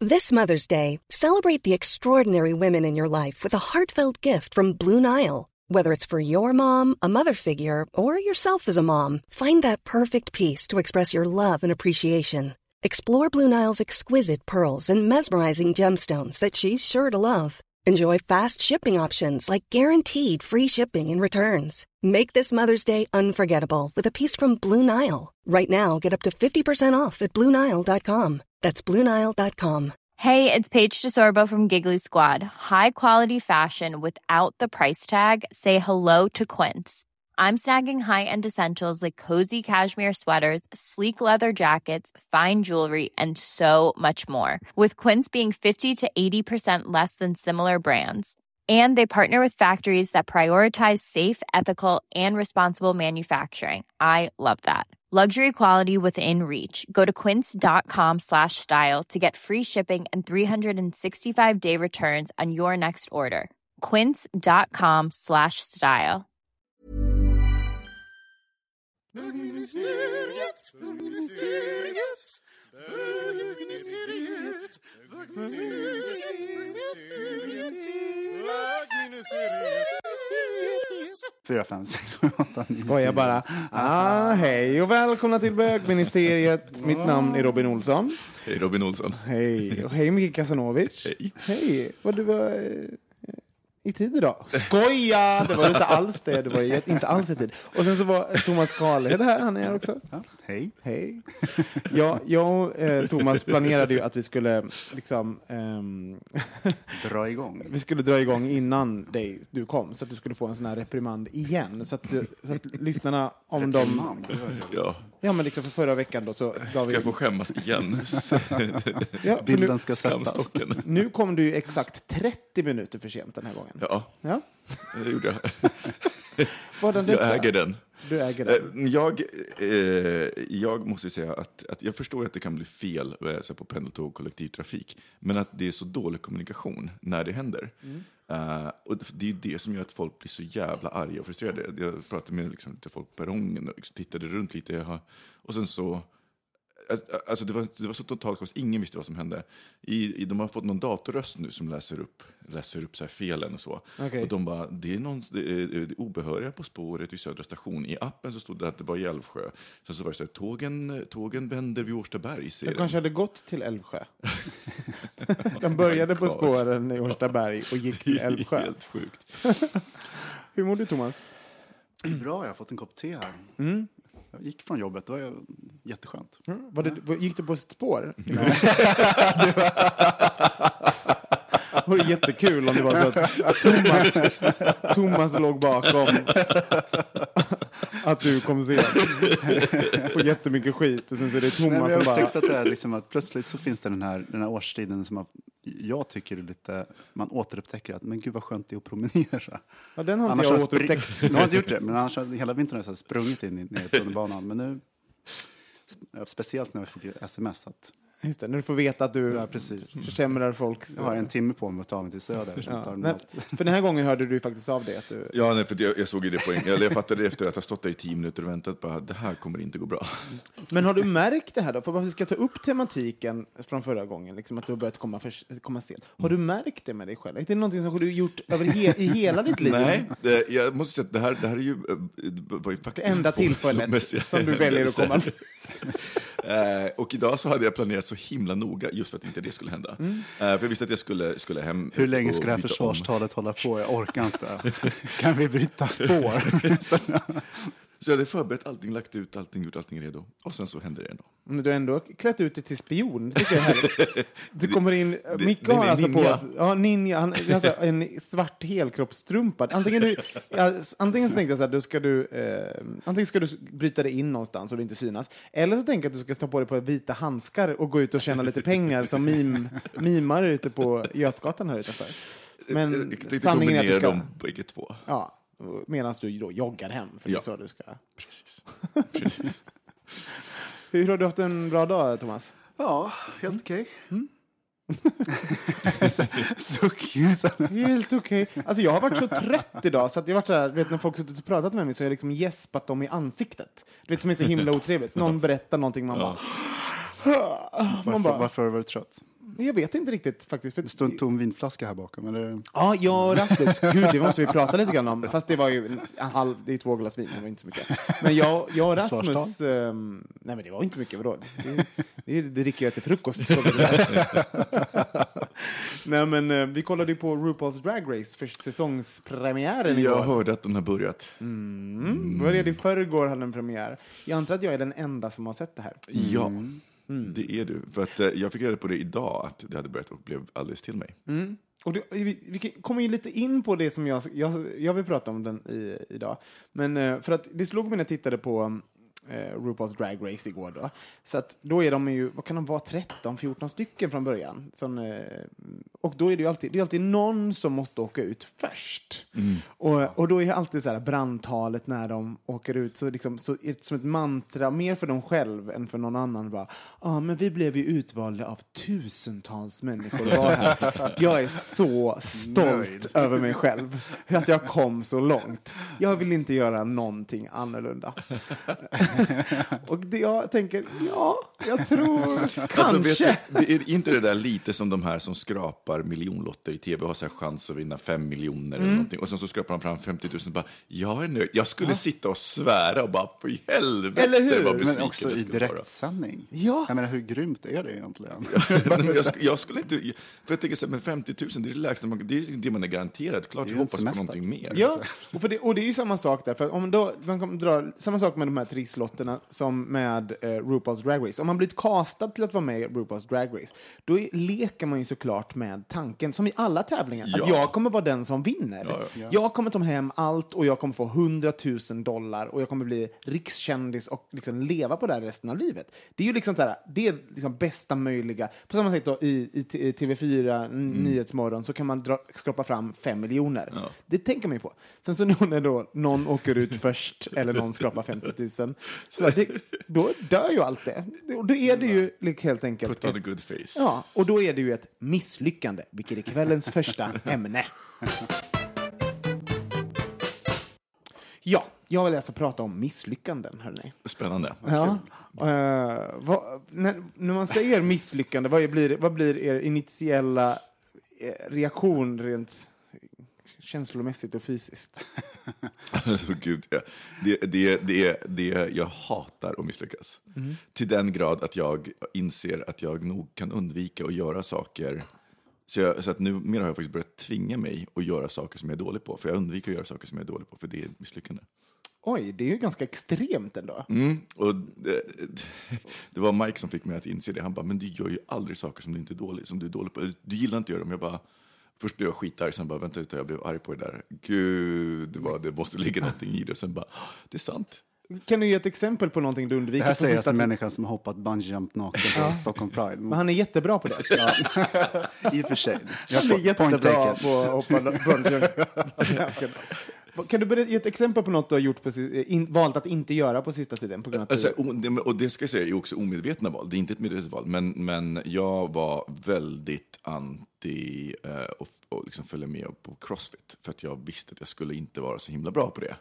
This Mother's Day, celebrate the extraordinary women in your life with a heartfelt gift from Blue Nile. Whether it's for your mom, a mother figure, or yourself as a mom, find that perfect piece to express your love and appreciation. Explore Blue Nile's exquisite pearls and mesmerizing gemstones that she's sure to love. Enjoy fast shipping options like guaranteed free shipping and returns. Make this Mother's Day unforgettable with a piece from Blue Nile. Right now, get up to 50% off at BlueNile.com. That's BlueNile.com. Hey, it's Paige DeSorbo from Giggly Squad. High quality fashion without the price tag. Say hello to Quince. I'm snagging high-end essentials like cozy cashmere sweaters, sleek leather jackets, fine jewelry, and so much more. With Quince being 50 to 80% less than similar brands. And they partner with factories that prioritize safe, ethical, and responsible manufacturing. I love that. Luxury quality within reach. Go to quince.com/style to get free shipping and 365-day returns on your next order. Quince.com/style. Fyra, fem, sex, åtta, nio, Skojar bara. Hej och välkomna till Bögministeriet. Mitt namn är Robin Olsson. Hej Robin Olsson. Hej. Och hej Micke Kasanovic. Hej. Hej. Vad du var i tid idag? Skoja! Det var inte alls det. Det var inte alls i tid. Och sen så var Thomas Karlhed här. Han är här också. Ja, hej. Hej. Jag och Thomas planerade ju att vi skulle liksom dra igång. Vi skulle dra igång innan du kom, så att du skulle få en sån här reprimand igen, så att lyssnarna, om de ja, men liksom för förra veckan då, så gav ska jag få skämmas igen. Ja, bilden ska sättas. Nu kom du ju exakt 30 minuter för sent den här gången. Ja. Det gjorde jag. Jag äger den. Du äger den. Jag måste säga att jag förstår att det kan bli fel på pendeltåg och kollektivtrafik, men att det är så dålig kommunikation när det händer. Och det är det som gör att folk blir så jävla arga och frustrerade. Jag pratade med lite folk på perrongen och tittade runt lite. Och sen så... Alltså det var så totalt konstigt. Ingen visste vad som hände. De har fått någon datorröst nu som läser upp så här felen och så. Okay. Och de bara, det är obehöriga på spåret vid Södra station. I appen så stod det att det var i Älvsjö. Så var det så här, tågen vänder vid Årstaberg. De kanske hade gått till Älvsjö. De började på spåren i Årstaberg och gick till Älvsjö. Helt sjukt. Hur mår du, Thomas? Bra, jag har fått en kopp te här. Jag gick från jobbet, det var jätteskönt. Gick du på spår? Det var jättekul om det var så att Thomas låg bakom att du kom sen. Och jättemycket skit. Och sen så är det Thomas som bara... Jag tyckte att det är liksom att plötsligt så finns det den här årstiden som jag tycker är lite... Man återupptäcker att, men gud vad skönt det är att promenera. Ja, den har inte jag återupptäckt. Jag har inte gjort det, men annars hela vintern har jag sprungit in i tunnelbanan. Men nu, speciellt när jag får sms att... Just det, när du får veta att du försämrar folks... Jag har en timme på mig att ta mig till Söder. För den här gången hörde du faktiskt av det. Att du... Ja, nej, för jag såg ju det poäng. Jag fattade efter att ha stått där i 10 minuter och väntat på att det här kommer inte gå bra. Men har du märkt det här då? För att vi ska ta upp tematiken från förra gången, liksom att du har börjat komma sent. Har du märkt det med dig själv? Är det någonting som du har gjort i hela ditt liv? Nej, jag måste säga att det här är ju... var ju faktiskt det enda tillfället som du väljer att komma. Och idag så hade jag planerat så himla noga just för att inte det skulle hända. För jag visste att jag skulle hem. Hur länge ska det här försvarstalet hålla på? Jag orkar inte. Kan vi bryta spår? Så jag hade förberett allting, lagt ut allting, gjort allting redo. Och sen så hände det ändå. Men du har ändå klätt ut dig till spion. Det tycker jag är härligt. Du kommer in... Micke har alltså ninja. Ja, ninja. Han har alltså en svart helkroppstrumpa. Antingen så tänkte jag så här, antingen ska du bryta dig in någonstans och det inte synas. Eller så tänker jag att du ska stå på dig på vita handskar och gå ut och tjäna lite pengar som mimar ute på Götgatan här utanför. Men sanningen är att du ska... dem bägge två. Ja. Medan du då joggar hem. För det är så du ska... Precis. Hur har du haft en bra dag, Thomas? Ja, helt okej. Helt okej. Alltså jag har varit så trött idag så att jag varit så här, vet, när folk suttit och pratat med mig så har jag liksom gäspat dem i ansiktet. Du vet, som är så himla otrevligt. Någon berättar någonting, man bara... Varför har du varit trött? Jag vet inte riktigt faktiskt. Det står en tom vinflaska här bakom. Eller? Ja, jag och Rasmus. Gud, det måste vi prata lite grann om. Fast det var ju det är 2 glas vin, det var inte så mycket. Men jag och Rasmus... nej, men det var inte mycket. Vadå? Det dricker jag till frukost. Nej, men vi kollade ju på RuPaul's Drag Race för säsongspremiären igår. Jag hörde att den har börjat. Började i förrgår, hade en premiär. Jag antar att jag är den enda som har sett det här. Ja, det är du. För att jag fick reda på det idag att det hade börjat och blev alldeles till mig. Och vi kommer ju lite in på det som jag vill prata om den idag. Men för att det slog mig när jag tittade på RuPaul's Drag Race igår då. Så att då är de ju, vad kan de vara, 13-14 stycken från början. Och då är det ju alltid någon som måste åka ut först. Och då är alltid så här brandtalet när de åker ut så är det som ett mantra mer för dem själv än för någon annan. Bara, men vi blev ju utvalda av tusentals människor var här. Jag är så stolt över mig själv att jag kom så långt. Jag vill inte göra någonting annorlunda. Och jag tänker, jag tror kanske. Det är inte det där lite som de här som skrapar miljonlotter i tv och har så här chans att vinna 5 miljoner eller någonting. Och sen så skrapar de fram 50 000 och bara, jag är nöjd. Jag skulle sitta och svära och bara, för helvete. Eller hur? Men också i direktsändning. Ja. Jag menar, hur grymt är det egentligen? jag skulle inte, för jag tänker så här, men 50 000, det är det lägsta det är det man är garanterad. Klart jag hoppas på någonting mer. Ja, och det är ju samma sak där. För om man drar samma sak med de här trisslotterna som med RuPaul's Drag Race. Om man blivit castad till att vara med i RuPaul's Drag Race, då leker man ju såklart med tanken, som i alla tävlingar, att jag kommer vara den som vinner. Ja. Jag kommer ta hem allt och jag kommer få $100,000 och jag kommer bli rikskändis och liksom leva på det här resten av livet. Det är ju liksom så här, det är liksom bästa möjliga. På samma sätt då i TV4 Nyhetsmorgon så kan man skrapa fram 5 miljoner. Ja. Det tänker man ju på. Sen så när då någon åker ut först eller någon skrapar 50 000 så då dör ju allt det. Då är det ju helt enkelt put on a good face. Ja, och då är det ju ett misslyckande, vilket är kvällens första ämne. Ja, jag vill alltså prata om misslyckanden, hörni. Spännande. Ja. När man säger misslyckande, vad blir er initiella reaktion rent känslomässigt och fysiskt? Gud, ja. Det jag hatar att misslyckas. Till den grad att jag inser att jag nog kan undvika att göra saker. Så att numera har jag faktiskt börjat tvinga mig att göra saker som jag är dålig på. För jag undviker att göra saker som jag är dålig på, för det är ett misslyckande. Oj, det är ju ganska extremt ändå. Och det var Mike som fick mig att inse det. Han bara, men du gör ju aldrig saker som du inte är dålig, som du är dålig på. Du gillar inte att göra dem. Jag bara... Först blev jag skitarg, sen bara, vänta ut, jag blev arg på det där. Gud, det måste ligga någonting i det. Och sen bara, det är sant. Kan du ge ett exempel på någonting du undviker? Det här säger jag som människan som har hoppat bungee-jump naken på Stockholm Pride. Men han är jättebra på det. Ja. I och för sig. Han är jättebra på att hoppa bungee-jump. Kan du ge ett exempel på något du har gjort valt att inte göra på sista tiden? På grund av och det ska jag säga är också omedvetna val. Det är inte ett medvetet val. Men jag var väldigt anti och liksom följa med på CrossFit. För att jag visste att jag skulle inte vara så himla bra på det.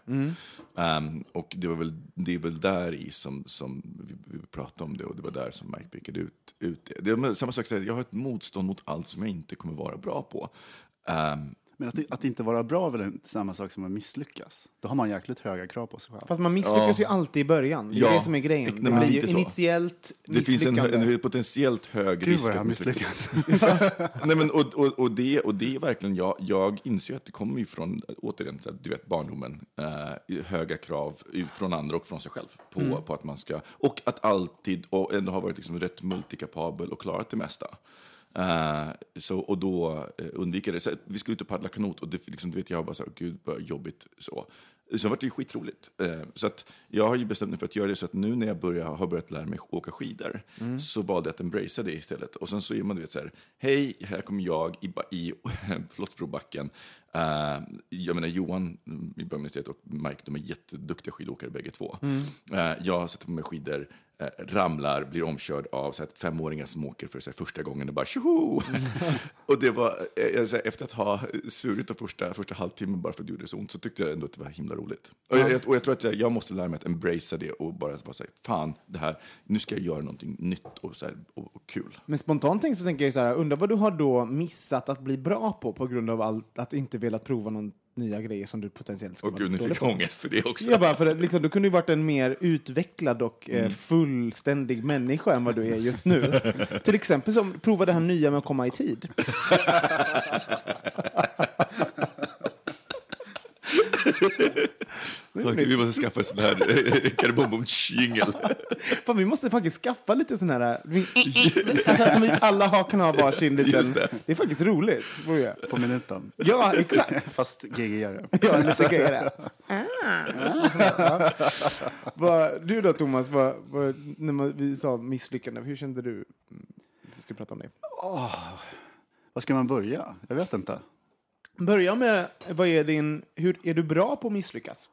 Och det är väl där i som vi pratade om det. Och det var där som Mike pekade ut det. Det är samma sak, jag har ett motstånd mot allt som jag inte kommer vara bra på. Men att inte vara bra är väl samma sak som att misslyckas. Då har man jäkligt höga krav på sig själv. Fast man misslyckas ju alltid i början. Det är det som är grejen. Det blir ju initiellt misslyckande. Det finns en potentiellt hög risk att misslyckas. Nej, men, och det är verkligen, jag inser att det kommer ifrån, återigen, du vet, barndomen. Höga krav från andra och från sig själv. På att man ska, och att alltid, och ändå har varit liksom rätt multikapabel och klarat det mesta. Och då undviker det. Så vi skulle ut och paddla kanot och det, liksom, du vet, jag bara så, gud vad jobbigt så. Så var det ju skitroligt. Så att jag har ju bestämt mig för att göra det, så att nu när jag har börjat lära mig åka skidor så valde jag att embracea det istället. Och sen så är man, du vet, så här, hej, här kommer jag i Flottsbrobacken. Jag menar, Johan i Bögministeriet och Mike, de är jätteduktiga skidåkare bägge två. Jag sätter på mig skidor. ramlar, blir omkörd av så här, 5-åringar som åker för så här, första gången och bara tjoho! Och det var, efter att ha svurit de första halvtimmen bara för att det gjorde så ont, så tyckte jag ändå att det var himla roligt. Och jag tror att jag måste lära mig att embracea det och bara vara så här, fan, det här, nu ska jag göra någonting nytt och, så här, och kul. Men spontant så tänker jag så här, undrar vad du har då missat att bli bra på grund av att inte velat prova någon nya grejer som du potentiellt skulle vara. Och gud, nu fick jag ångest för det också. Jag bara, för liksom, du kunde ju varit en mer utvecklad och fullständig människa än vad du är just nu. Till exempel som prova det här nya med att komma i tid. Vi måste skaffa en sån här Karbom-bom-jingel. Fan, vi måste faktiskt skaffa lite sån här som vi alla kan ha varsin liten. Det är faktiskt roligt. På minuten. Ja, exakt. Fast GG-are. Ja, lite GG-are. Du då, Thomas, när vi sa misslyckande, hur kände du? Vi ska prata om det. Vad ska man börja? Jag vet inte. Börja med, hur är du bra på att misslyckas?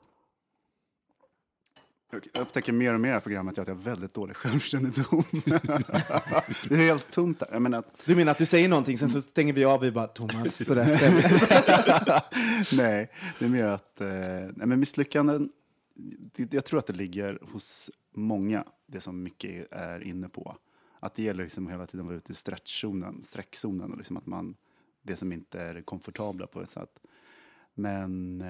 Jag upptäcker mer och mer i programmet att jag har väldigt dålig självkännedom. Det är helt tomt där. Jag menar att... Du menar att du säger någonting, sen så stänger vi av, vi bara, Thomas, så där stämmer. Nej, det är mer att men misslyckanden, jag tror att det ligger hos många, det som mycket är inne på. Att det gäller liksom hela tiden att vara ute i sträckzonen och liksom att man, det som inte är komfortabla på ett sätt. Men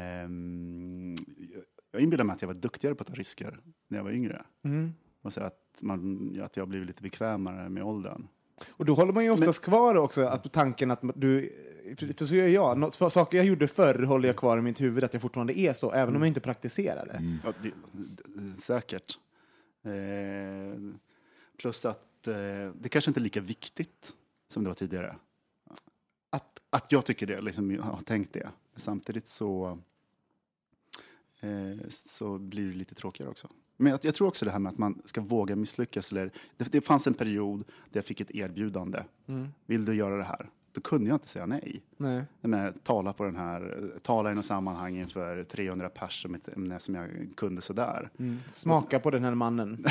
jag inbillar mig att jag var duktigare på att ta risker när jag var yngre. Och så att jag blivit lite bekvämare med åldern. Och då håller man ju oftast kvar också att på tanken att du, för så gör jag, saker jag gjorde förr håller jag kvar i mitt huvud att jag fortfarande är så, även om jag inte praktiserar det. Ja, säkert. Plus att det kanske inte är lika viktigt som det var tidigare. Att jag tycker det, liksom, jag har tänkt det. Samtidigt så blir det lite tråkigare också. Men jag tror också det här med att man ska våga misslyckas. Eller, det fanns en period där jag fick ett erbjudande. Vill du göra det här? Då kunde jag inte säga nej. Men tala i något sammanhang inför 300 pers som ett ämne som jag kunde sådär. Smaka på den här mannen.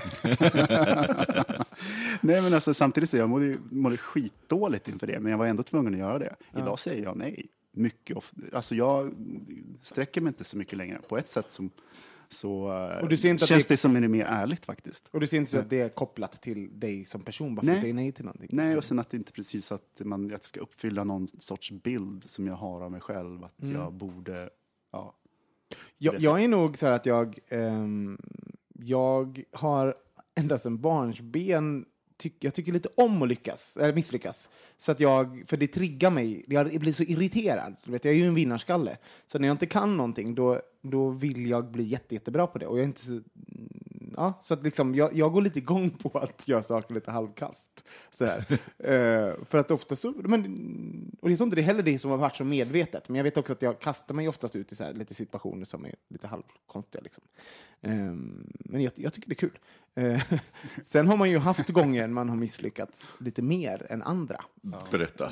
Nej, men alltså, samtidigt så jag mådde skitdåligt inför det. Men jag var ändå tvungen att göra det. Idag säger jag nej. Mycket ofta. Alltså jag sträcker mig inte så mycket längre. På ett sätt och du ser inte känns det som är mer ärligt faktiskt. Och du ser inte så att det är kopplat till dig som person bara för att säga nej till någonting? Nej, och sen att det inte precis att jag ska uppfylla någon sorts bild som jag har av mig själv. Att jag borde... Ja. Jag är nog så här att jag har ända sedan barnsben jag tycker lite om att misslyckas. Så att för det triggar mig. Jag blir så irriterad. Du vet, jag är ju en vinnarskalle. Så när jag inte kan någonting, då vill jag bli jättebra på det. Och jag är inte så... Ja, så att liksom, jag går lite igång på att göra saker lite halvkast. Så här. För att ofta så... och det är inte heller det som har varit så medvetet. Men jag vet också att jag kastar mig oftast ut i så här, lite situationer som är lite halvkonstiga. Liksom. Men jag tycker det är kul. Sen har man ju haft gånger man har misslyckats lite mer än andra. Berätta.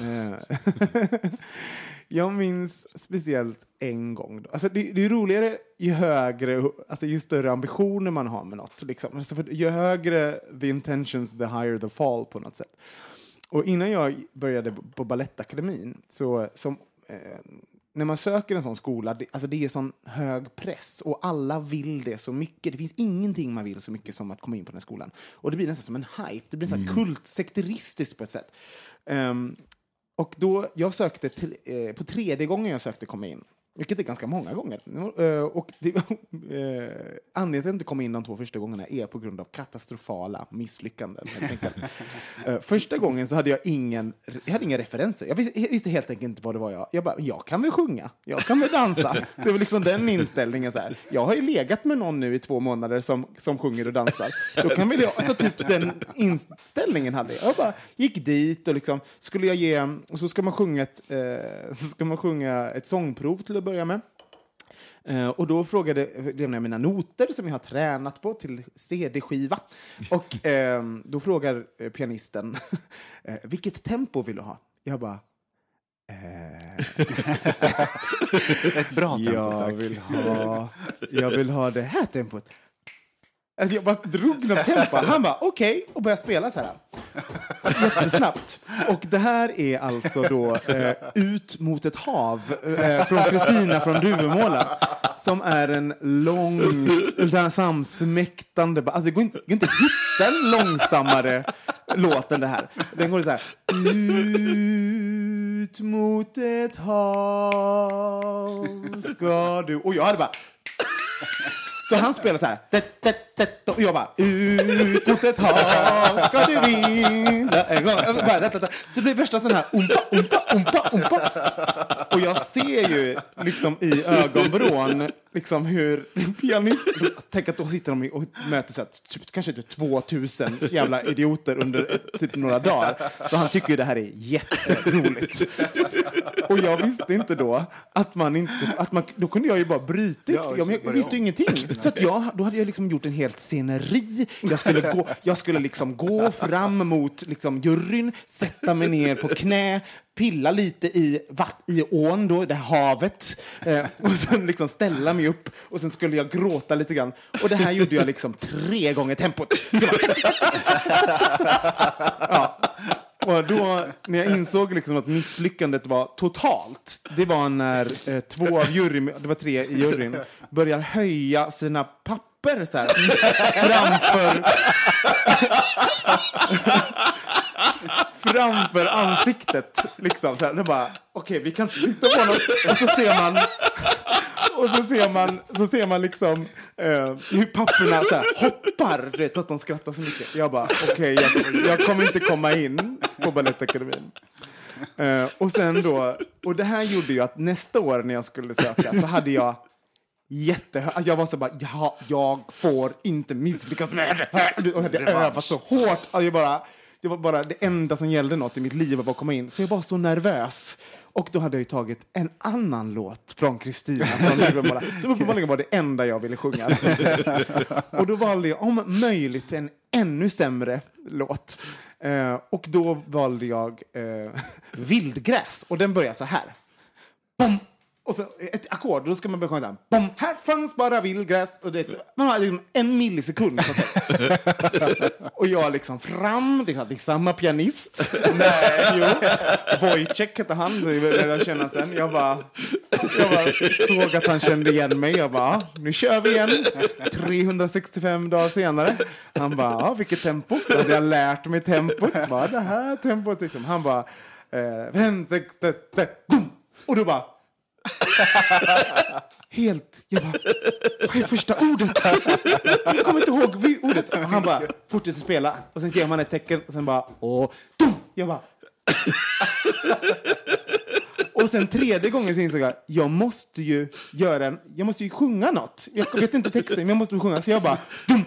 Jag minns speciellt en gång. Alltså det är roligare ju större ambitioner man har med något. Liksom. Alltså ju högre the intentions, the higher the fall på något sätt. Och innan jag började på Balettakademin när man söker en sån skola, det är sån hög press och alla vill det så mycket. Det finns ingenting man vill så mycket som att komma in på den här skolan. Och det blir nästan som en hype. Det blir så här kultsekteristiskt på ett sätt. Och då jag sökte på 3:e gången jag sökte komma in. Vilket är ganska många gånger. Och anledningen till att inte komma in de 2 första gångerna är på grund av katastrofala misslyckanden. Första gången så hade jag inga referenser. Jag visste helt enkelt inte vad det var jag kan väl sjunga. Jag kan väl dansa. Det var liksom den inställningen så här. Jag har ju legat med någon nu i 2 månader som sjunger och dansar. Då kan väl jag, alltså typ den inställningen hade jag. Jag bara gick dit och liksom skulle jag ge, och så ska man sjunga ett sångprov till att börja med. Och då lämnade jag mina noter som jag har tränat på till CD-skiva. Och då frågar pianisten vilket tempo vill du ha? Jag bara ett bra tempo, jag vill ha det här tempot. Alltså jag bara drog något tempo. Han bara okej, och började spela så här. Jättesnabbt. Och det här är alltså då Ut mot ett hav från Kristina från Duvemåla. Som är en långsam, smäktande... Alltså det går inte att hitta en långsammare låt än det här. Den går så här... Ut mot ett hav ska du... Och jag hade bara... Så han spelar så här... Och jag bara... Ut mot ett hav ska du vinna en gång. Så det blir värsta sån här... Umpa. Och jag ser ju liksom i ögonvrån liksom hur pianist... Tänk att då sitter de och möter så här, kanske 2000 jävla idioter under typ några dagar. Så han tycker ju det här är jätteroligt. Och jag visste inte då att man då kunde jag ju bara bryta. Jag visste ju ingenting. Så att då hade jag liksom gjort en helt sceneri. Jag skulle liksom gå fram mot liksom juryn, sätta mig ner på knä, pilla lite i ån då, det här havet, och sen liksom ställa mig upp och sen skulle jag gråta lite grann. Och det här gjorde jag liksom 3 gånger tempot. Ja. Och då, när jag insåg liksom att misslyckandet var totalt, det var när 2 av juryn, det var 3 i juryn, börjar höja sina papper så här framför ansiktet liksom så här. Det bara okej, vi kan inte titta på något. Och så ser man liksom hur papperna så här hoppar, du vet, att de skrattar så mycket. Jag bara okej, jag kommer inte komma in på Balettakademin. Och sen då, och det här gjorde ju att nästa år när jag skulle söka så hade jag jag var så bara, jag får inte misslyckas med det här. Och jag hade övat så hårt. Det var bara det enda som gällde något i mitt liv var att komma in. Så jag var så nervös. Och då hade jag ju tagit en annan låt från Kristina från Duvemåla. Som uppenbarligen var det enda jag ville sjunga. Och då valde jag om möjligt en ännu sämre låt. Och då valde jag Vildgräs. Och den börjar så här. Bom! Och så ett ackord, då ska man börja sjunga så här. Bom! Här fanns bara vildgräs. Och man har liksom 1 millisekund. Och jag liksom fram, det är samma pianist. Nej, jo. Wojciech hette han, jag känner sen. Jag bara såg att han kände igen mig. Jag bara, nu kör vi igen. 365 dagar senare. Han bara, vilket tempo. Då hade jag lärt mig tempot. Bara, det här tempot liksom. Han bara, 5, 6, 7, boom! Och då bara jag bara, vad är första ordet? Jag kommer inte ihåg ordet. Och han bara fortsätter spela. Och sen ger man ett tecken. Och sen bara, dum! Jag bara och sen 3:e gången så insåg jag måste ju sjunga något. Jag vet inte texten, men jag måste sjunga. Så jag bara, dum!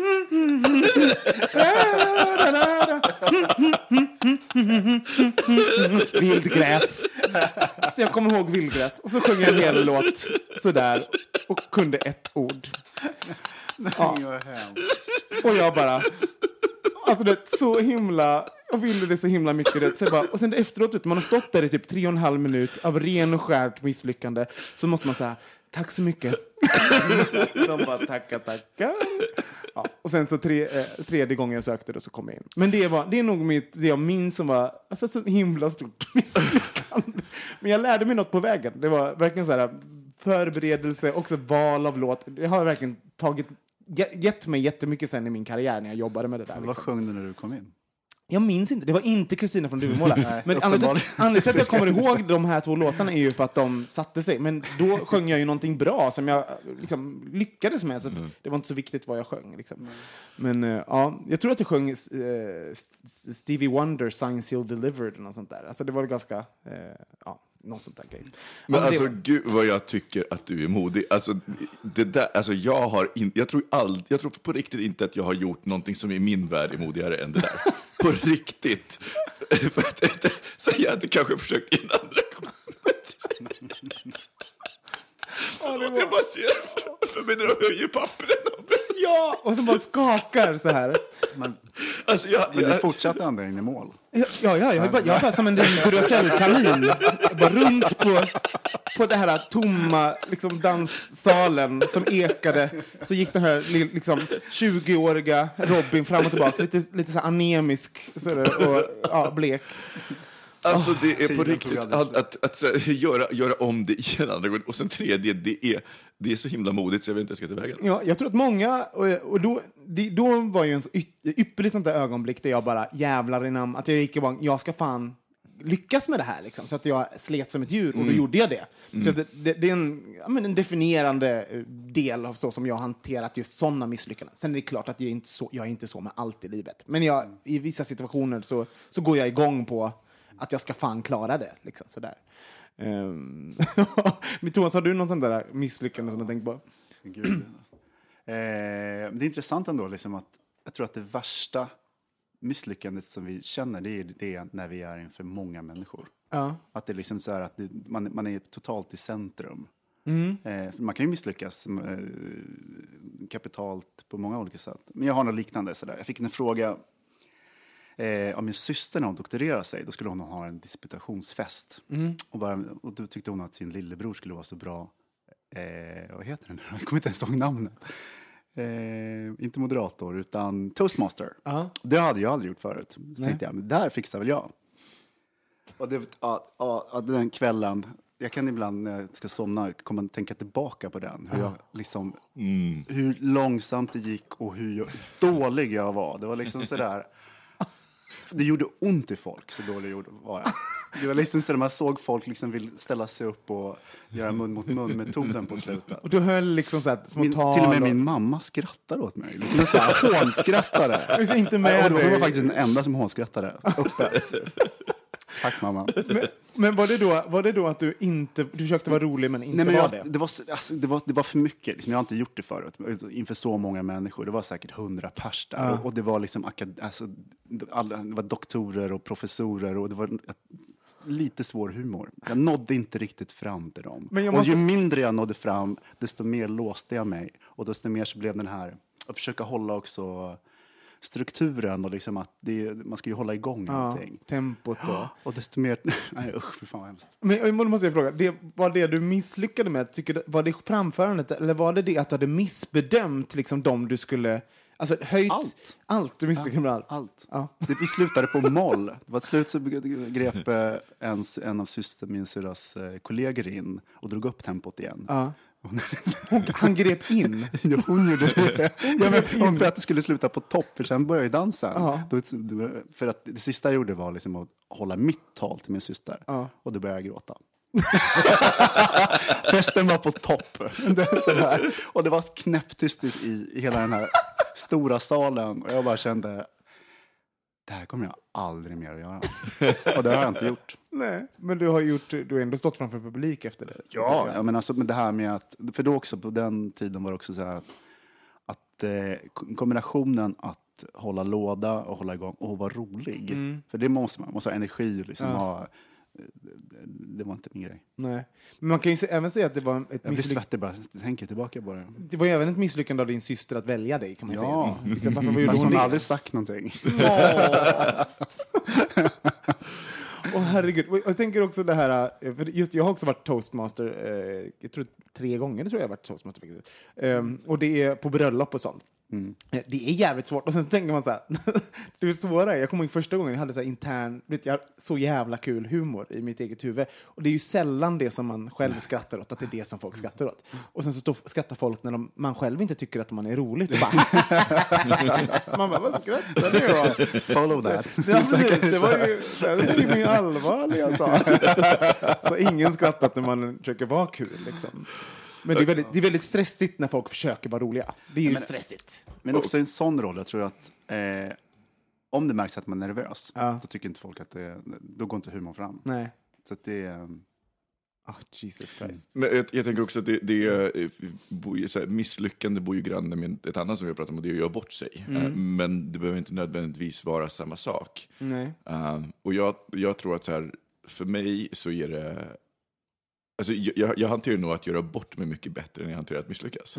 Vildgräs. Så jag kommer ihåg Vildgräs. Och så sjöng jag en hel låt sådär. Och kunde ett ord. Ja. Och jag bara, alltså det är så himla, jag ville det så himla mycket det. Så jag bara, och sen efteråt, vet, man har stått där i typ 3,5 minut av ren och skärt misslyckande. Så måste man säga, tack så mycket. De bara, tackar. Ja, och sen så 3:e gången jag sökte det så kom jag in. Men det är nog det jag minns som var alltså, så himla stort misslyckande. Men jag lärde mig något på vägen. Det var verkligen så här förberedelse, också val av låt. Det har verkligen gett mig jättemycket sen i min karriär när jag jobbade med det där. Vad sjöng du när du kom in? Jag minns inte, det var inte Kristina från Duvemåla. Men anledningen till att jag kommer ihåg de här 2 låtarna är ju för att de satte sig. Men då sjöng jag ju någonting bra som jag liksom lyckades med. Så det var inte så viktigt vad jag sjöng. Liksom. Men ja, jag tror att jag sjöng Stevie Wonder, Signs You'll Delivered och något sånt där. Alltså det var ganska, något sånt där grej. Men alltså gud vad jag tycker att du är modig. Alltså det där, alltså jag tror på riktigt inte att jag har gjort någonting som i min värld är modigare än det där. På riktigt. För att så jag hade kanske försökt in andra gånger. Jag bara ser för mig när de höjer pappren. Ja, och så bara skakar så här. Men du fortsatte ända in i mål. Ja, jag bara som en Duracell-kanin. Bara runt på på det här tomma liksom, danssalen som ekade, så gick den här liksom, 20-åriga Robin fram och tillbaka, lite så anemisk och blek. Alltså det är på riktigt att göra om det igen andra gången. Och sen tredje, det är så himla modigt så jag vet inte jag ska ta vägen. Ja, jag tror att många, och då var ju en så ypperligt sånt där ögonblick där jag bara jävlar i namn, att jag gick igång, jag ska fan lyckas med det här liksom, så att jag slet som ett djur och då gjorde jag det. Så det är en definierande del av så som jag har hanterat just sådana misslyckanden. Sen är det klart att jag är inte så med allt i livet. Men i vissa situationer så går jag igång på att jag ska fan klara det liksom, sådär. Men Thomas, har du något sånt där misslyckande som du tänkt på? Gud. Det är intressant ändå liksom att jag tror att det värsta misslyckandet som vi känner det är när vi är inför många människor. Ja. Att det är liksom så här att man är totalt i centrum. Man kan ju misslyckas kapitalt på många olika sätt. Men jag har något liknande sådär. Jag fick en fråga om min syster när hon doktorerade sig. Då skulle hon ha en disputationsfest. Och då tyckte hon att sin lillebror skulle vara så bra. Vad heter den? Jag kommer inte ens ihåg namnet. Inte moderator utan toastmaster. Det hade jag aldrig gjort förut. Så tänkte jag, men där fixar väl jag. Och den kvällen, jag kan ibland när jag ska somna komma och tänka tillbaka på den. Hur jag liksom, hur långsamt det gick och hur dålig jag var. Det var liksom sådär. Det gjorde ont i folk, så dålig var jag. Det var liksom så där man såg folk liksom vill ställa sig upp och göra mun mot mun-metoden på slutet. Och du höll liksom så här små tal. Till och med min mamma skrattade åt mig. Liksom så här hånskrattade. Jag är inte med dig. Hon var faktiskt den enda som hånskrattade. Öppet. Tack mamma. Men var det då att du försökte vara rolig men inte var det? Det var för mycket. Liksom, jag har inte gjort det förut. Inför så många människor. Det var säkert 100 pers där. Och det var liksom det var doktorer och professorer. Och det var lite svår humor. Jag nådde inte riktigt fram till dem. Och ju mindre jag nådde fram, desto mer låste jag mig. Och desto mer så blev den här att försöka hålla också strukturen och liksom att man ska ju hålla igång allting. Tempot då. Och desto mer... Nej, usch, fan vad hemskt. Men jag måste fråga, var det du misslyckade med? Var det framförandet eller var det att du hade missbedömt liksom de du skulle... Alltså höjt... Allt. Du misslyckade med allt. Allt. Ja. Vi slutade på moll. Det var ett slut så grep en av min syrras kollegor in och drog upp tempot igen. Ja. Han grep in. Hon gjorde det. För att det skulle sluta på topp. För sen började ju dansen. För att det sista jag gjorde var liksom att hålla mitt tal till min syster. Och då började jag gråta. Festen var på topp. Och det var knäpptyst i hela den här stora salen. Och jag bara kände, det här kommer jag aldrig mer att göra. Och det har jag inte gjort. Nej, men du har ändå stått framför publik efter det. Ja, men alltså med det här med att, för då också på den tiden var det också så här att kombinationen att hålla låda och hålla igång och vara rolig. För det måste man ha energi och liksom ha. Det var inte min grej. Nej. Men man kan ju även säga att det var ett misslyckande. Jag blir svettig bara tänker tillbaka på det. Det var ju även ett misslyckande av din syster att välja dig, kan man säga. Ja, fast hon har aldrig sagt någonting. Herregud. Och jag tänker också det här, för just jag har också varit toastmaster, jag tror 3 gånger jag har varit toastmaster. Och det är på bröllop och sånt. Det är jävligt svårt. Och sen så tänker man så här, det är svårare. Jag kommer ihåg första gången jag hade så här intern, jag har så jävla kul humor i mitt eget huvud. Och det är ju sällan det som man själv skrattar åt, att det är det som folk skrattar åt. Och sen så skrattar folk när man själv inte tycker att man är rolig. Man bara, vad skrattar du åt? Follow that. Det var ju min allvarliga dag. Så ingen skrattar när man försöker vara kul liksom. Men det är väldigt stressigt när folk försöker vara roliga. Det är ju stressigt. Men också en sån roll, jag tror att om det märks att man är nervös, då tycker inte folk att då går inte humor fram. Nej. Så att det är... Jesus Christ. Men jag tänker också att misslyckande bor ju granne med ett annat som vi har pratat om, och det är att göra bort sig. Men det behöver inte nödvändigtvis vara samma sak. Nej. Och jag tror att så här, för mig så är det Alltså, jag hanterar nog att göra bort mig mycket bättre än jag hanterar att misslyckas.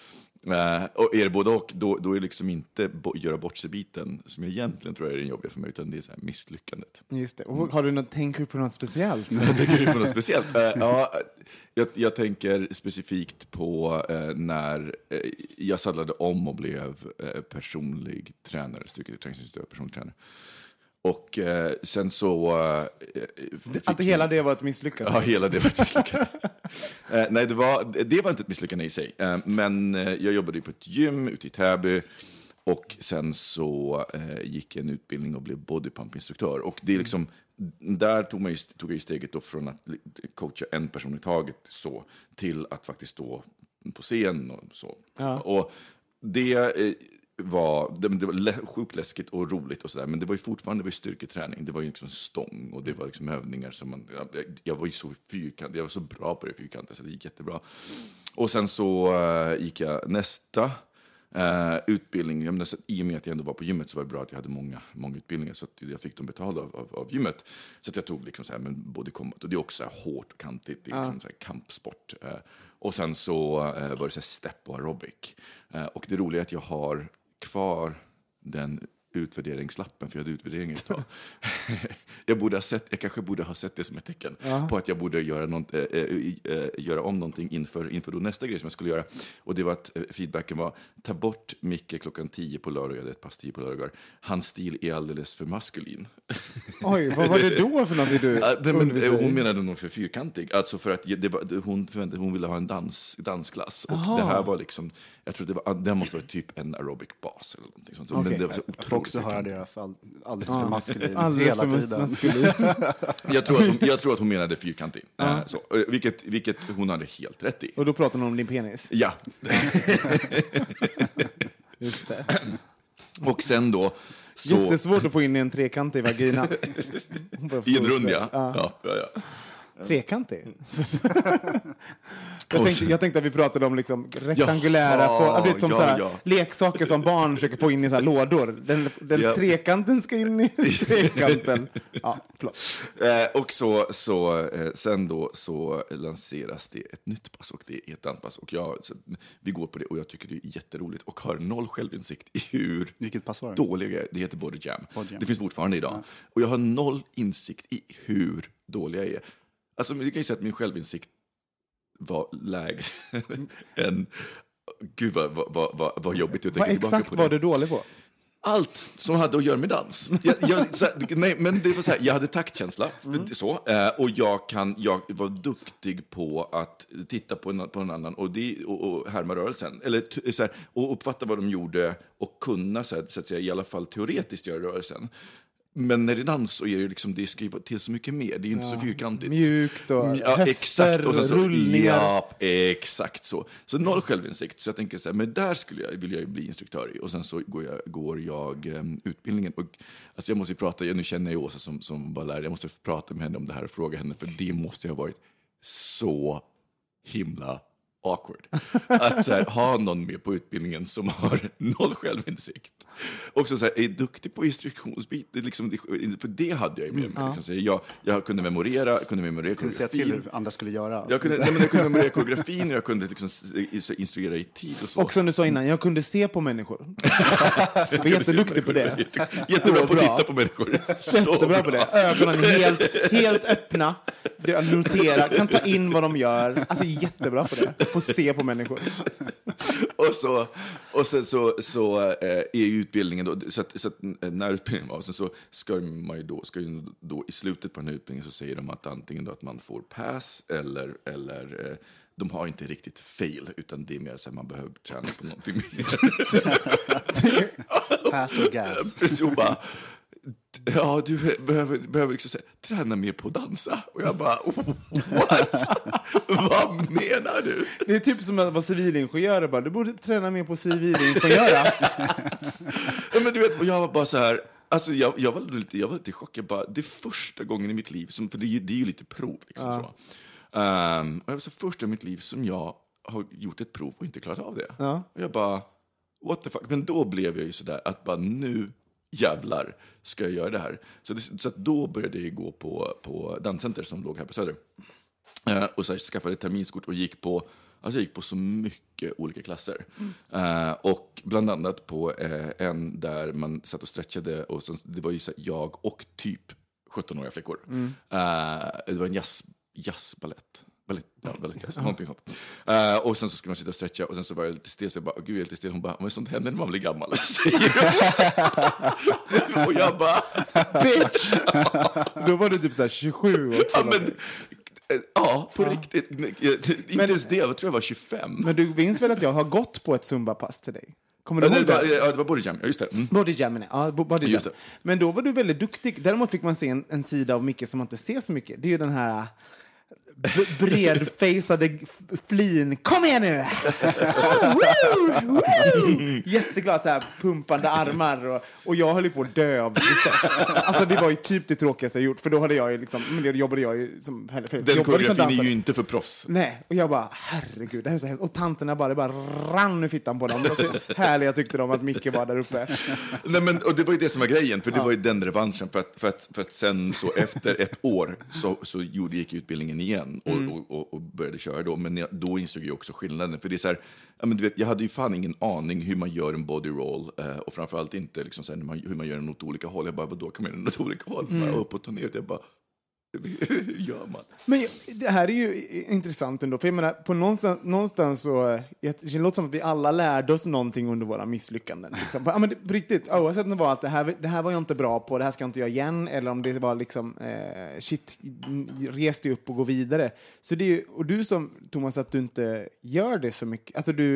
Och är det både och, då är liksom inte göra bort sig biten som jag egentligen tror är den jobbiga för mig, utan det är så här misslyckandet. Just det. Och tänker du på något speciellt? Jag tänker på något speciellt. Ja, jag tänker specifikt på när jag sadlade om och blev personlig tränare, styrketräningsinstruktör, personlig tränare. Och sen så... att hela det var ett misslyckande? Ja, hela det var ett misslyckande. Nej, det var inte ett misslyckande i sig. Men jag jobbade ju på ett gym ute i Täby. Och sen så gick jag en utbildning och blev bodypump-instruktör. Och det är liksom... Där tog jag ju steget då från att coacha en person i taget så, till att faktiskt stå på scen och så. Ja. Och det var sjukt läskigt och roligt och sådär, men det var ju fortfarande styrketräning. Det var ju liksom stång och det var liksom övningar som jag var ju så fyrkantig, jag var så bra på det fyrkantiga så det gick jättebra. Och sen så gick jag nästa utbildning. Jag menar, så i och med att jag ändå var på gymmet så var det bra att jag hade många utbildningar, så att jag fick dem betalda av gymmet. Så att jag tog liksom så här, men body combat, och det är också så här hårt och kantigt, det är liksom så här kampsport. Och sen så var det så här step och aerobic. Och det roliga är att jag har kvar den utvärderingslappen, för jag hade utvärderingar ett tag. Jag kanske borde ha sett det som ett tecken på att jag borde göra om någonting inför då nästa grej som jag skulle göra. Och det var att feedbacken var: ta bort Micke klockan 10 på lördagar, det är ett pass 10 på lördagar. Hans stil är alldeles för maskulin. Oj, vad var det då för någonting hon menade nog för fyrkantig. Alltså för att hon ville ha en dansklass. Och det här var liksom, jag tror det måste vara typ en aerobic bas eller någonting sånt. Okay. Men det var så otroligt. Också höra det i alla fall alldeles för maskulin alldeles hela för tiden. Maskulin. jag tror att hon menade fyrkantig. Så, vilket hon hade helt rätt i. Och då pratar hon om din penis? Ja. Just det. Och sen då så... Jättesvårt att få in i en trekantig vagina. I en rund, ja. Trekantig? Jag tänkte att vi pratade om liksom rektangulära leksaker som barn försöker få in i så här lådor. Den trekanten ska in i trekanten. Ja, förlåt. Och sen då så lanseras det ett nytt pass, och det är ett annat pass. Och vi går på det, och jag tycker det är jätteroligt och har noll självinsikt i hur Vilket pass var det? dåliga det heter Body Jam. Det finns fortfarande idag. Ja. Och jag har noll insikt i hur dålig jag är. Alltså, du kan ju säga att min självinsikt var lägre än... Gud, vad jobbigt att tänka tillbaka på det. Exakt var du dålig på? Allt som hade att göra med dans. Men det var så här, jag hade taktkänsla, och jag var duktig på att titta på en annan och härma rörelsen. Eller så här, och uppfatta vad de gjorde och kunna så att säga, i alla fall teoretiskt göra rörelsen. Men när det är dans så är det liksom, det ska ju vara till så mycket mer. Det är inte så fyrkantigt. Mjukt och exakt. Och så, rullningar. Ja, exakt så. Så noll självinsikt. Så jag tänker så här, men där vill jag ju bli instruktör i. Och sen så går jag utbildningen. Och, alltså jag måste ju prata, nu känner jag Åsa som var lärare. Jag måste prata med henne om det här och fråga henne. För det måste ha varit så himla awkward. Att så här, ha någon med på utbildningen som har noll självinsikt. Och så här, är duktig på instruktionsbit. Liksom, för det hade jag ju med mig. Liksom, så jag kunde memorera koreografin. Se till hur andra skulle göra. Jag kunde memorera koreografin och jag kunde liksom instruera i tid och så. Och som du sa innan, jag kunde se på människor. Jag var jätteduktig på det. Jättebra på att titta på människor. Jättebra på det. Ögonen helt öppna. Jag noterar, kan ta in vad de gör. Alltså jättebra på det. På att se på människor. Och sen så är ju utbildningen då, så att när utbildningen var, så ska man då i slutet på den här utbildningen så säger de att antingen då att man får pass eller de har inte riktigt fail, utan det är mer så att man behöver träna på någonting mer. Pass och gas. Precis, och bara, ja, du behöver liksom säga, träna mer på att dansa. Och jag bara, what? Vad menar du? Det är typ som att vara civilingenjör. Bara, du borde träna mer på civilingenjöra. Ja, men du vet, och jag var bara så här, alltså jag var lite chockad. Bara, det är första gången i mitt liv, för det är ju lite prov. Liksom, så. Och det var så första i mitt liv som jag har gjort ett prov och inte klarat av det. Ja. Och jag bara, what the fuck? Men då blev jag ju sådär att bara nu jävlar ska jag göra det här. Så att då började jag gå på Danscenter som låg här på Söder. Och så skaffade terminskort och gick på så mycket olika klasser. Och bland annat på en där man satt och stretchade. Och så, det var ju så här, jag och typ 17-åriga flickor. Det var en jazzbalett. Någonting sånt. Och sen så skulle man sitta och stretcha. Och sen så var jag lite stel. Så jag bara, gud, jag är lite stel. Hon bara, men sånt händer när man blir gammal. Och jag bara, bitch! Då var du typ så här 27 också. Ja, på riktigt. Inte ens det, jag tror jag var 25. Men du minns väl att jag har gått på ett Zumba-pass till dig? Kommer du ihåg det? Ja, det var Body Jam, ja just det. Body Jam, ja. Body Jam. Just det. Men då var du väldigt duktig. Däremot fick man se en sida av Micke som man inte ser så mycket. Det är ju den här bredfacade flin. Kom igen nu! Jätteglad, så här pumpande armar. Och jag höll ju på att dö av alltså det var ju typ det tråkigaste jag gjort. För då hade jag ju liksom, men det jobbade jag ju som... Den koreografin är ju inte för proffs. Nej, och jag bara, herregud, det här är så hemskt. Och tanterna bara rann i fittan på dem. Det var så härliga tyckte de att Micke var där uppe. Nej, men, och det var ju det som var grejen, för det var ju den revanschen. För att sen så efter ett år så gick utbildningen igen. Och började köra då. Men då insåg jag också skillnaden. För det är så här, ja, men du vet, jag hade ju fan ingen aning hur man gör en body roll. Och framförallt inte liksom så här, hur man gör den åt olika håll. Jag bara, vadå kan man göra den åt olika håll? Bara upp och ta ner det. Jag bara, hur gör man? Men det här är ju intressant ändå. För jag menar, på någonstans så... Det låter som att vi alla lärde oss någonting under våra misslyckanden. Liksom. Ja, men på riktigt, oavsett om det var att det här var jag inte bra på, det här ska jag inte göra igen. Eller om det var liksom, shit, res dig upp och gå vidare. Så det är ju, och du som, Thomas, att du inte gör det så mycket. Alltså du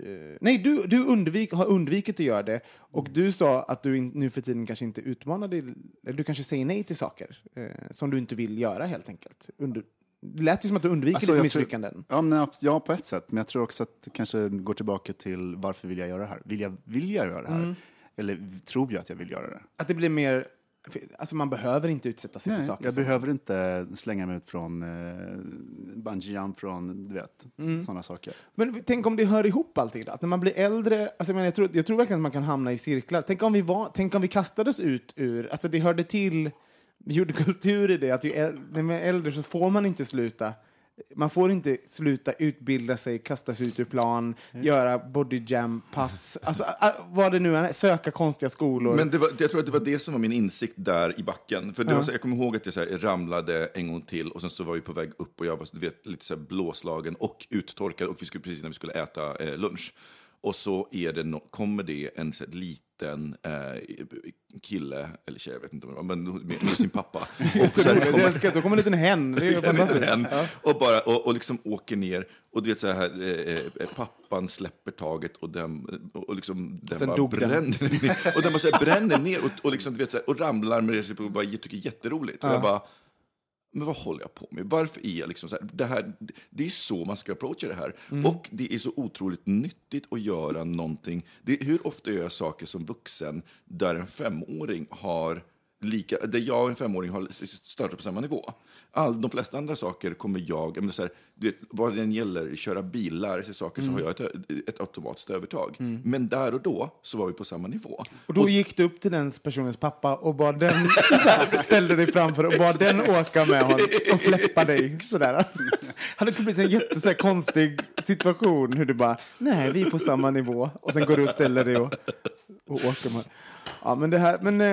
har undvikit att göra det. Och du sa att du nu för tiden kanske inte utmanar dig, eller du kanske säger nej till saker som du inte vill göra helt enkelt. Det lät ju som att du undviker lite misslyckanden. Ja, på ett sätt. Men jag tror också att det kanske går tillbaka till varför vill jag göra det här? Vill jag göra det här? Eller tror jag att jag vill göra det? Att det blir mer... Alltså man behöver inte utsätta sig för saker. Jag behöver inte slänga mig ut från bungee jump från, du vet, sådana saker. Men tänk om det hör ihop allting då? Att när man blir äldre, alltså jag tror verkligen att man kan hamna i cirklar. Tänk om vi kastades ut ur, alltså det hörde till, vi gjorde kultur i det, att när man är äldre så får man inte sluta. Man får inte sluta utbilda sig, kasta sig ut ur plan, göra body jam pass, alltså vad det nu är, söka konstiga skolor. Men jag tror att det var det som var min insikt där i backen. För det var så, jag kommer ihåg att jag så här, ramlade en gång till och sen så var vi på väg upp och jag var lite så här blåslagen och uttorkad och vi skulle precis när vi skulle äta lunch. Och så kommer det en så här, liten kille, eller tjej, jag vet inte om det var, men med sin pappa. Och så här, då kommer en liten hen. Det är fantastiskt. Och liksom åker ner. Och du vet så här, pappan släpper taget och den bara bränner ner. Och den bara så här, bränner ner och liksom, du vet så här, och ramlar med det och bara tycker jätteroligt. Och jag bara, men vad håller jag på med? Varför är jag liksom så här? Det är så man ska approacha det här. Och det är så otroligt nyttigt att göra någonting. Hur ofta gör jag saker som vuxen där en 5-åring har där jag och en 5-åring har större på samma nivå. De flesta andra saker kommer jag, men så här, du vet, vad den gäller, köra bil, lära sig saker, så har jag ett automatiskt övertag. Men där och då så var vi på samma nivå. Och då gick du upp till den personens pappa och bad den ställde dig framför och bad den åka med honom och släppa dig sådär. Alltså, hade det blivit en jättekonstig situation hur du bara, nej, vi är på samma nivå, och sen går du och ställer dig och åker med. Ja, men det här,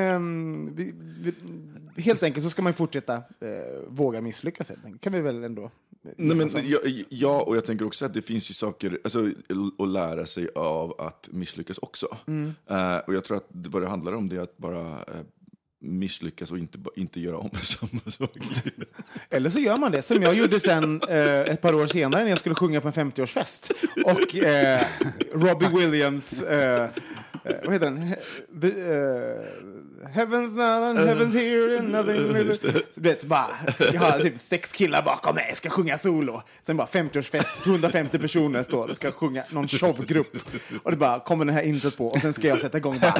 helt enkelt så ska man fortsätta våga misslyckas. Kan vi väl ändå. Nej, men ja, och jag tänker också att det finns ju saker, alltså, att lära sig av att misslyckas också. Och jag tror att vad det handlar om det är att bara misslyckas och inte göra om samma sak. Eller så gör man det, som jag gjorde sen ett par år senare när jag skulle sjunga på en 50-årsfest. Och Robbie Williams, vad heter den? Heaven's here and nothing. Vet, bara, jag har typ 6 killar bakom mig, jag ska sjunga solo. Sen bara 50-årsfest, 150 personer står och ska sjunga någon showgrupp. Och det bara kommer den här introt på, och sen ska jag sätta igång bara.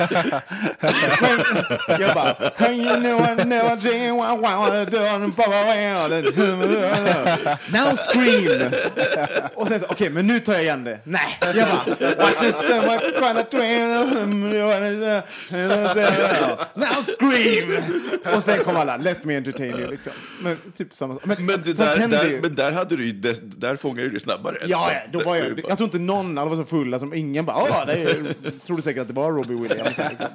Jag bara, you know I never did what I wanna do. Now scream. Och sen så, okej, men nu tar jag igen det. Nej, jag bara, watch this, now scream! Och sen kom alla, let me entertain you, liksom. Men typ samma. Men där hade du där fångade du det snabbare. Ja, då var jag tror inte någon, alla var så fulla som ingen bara, trodde säkert att det var Robbie Williams. Liksom.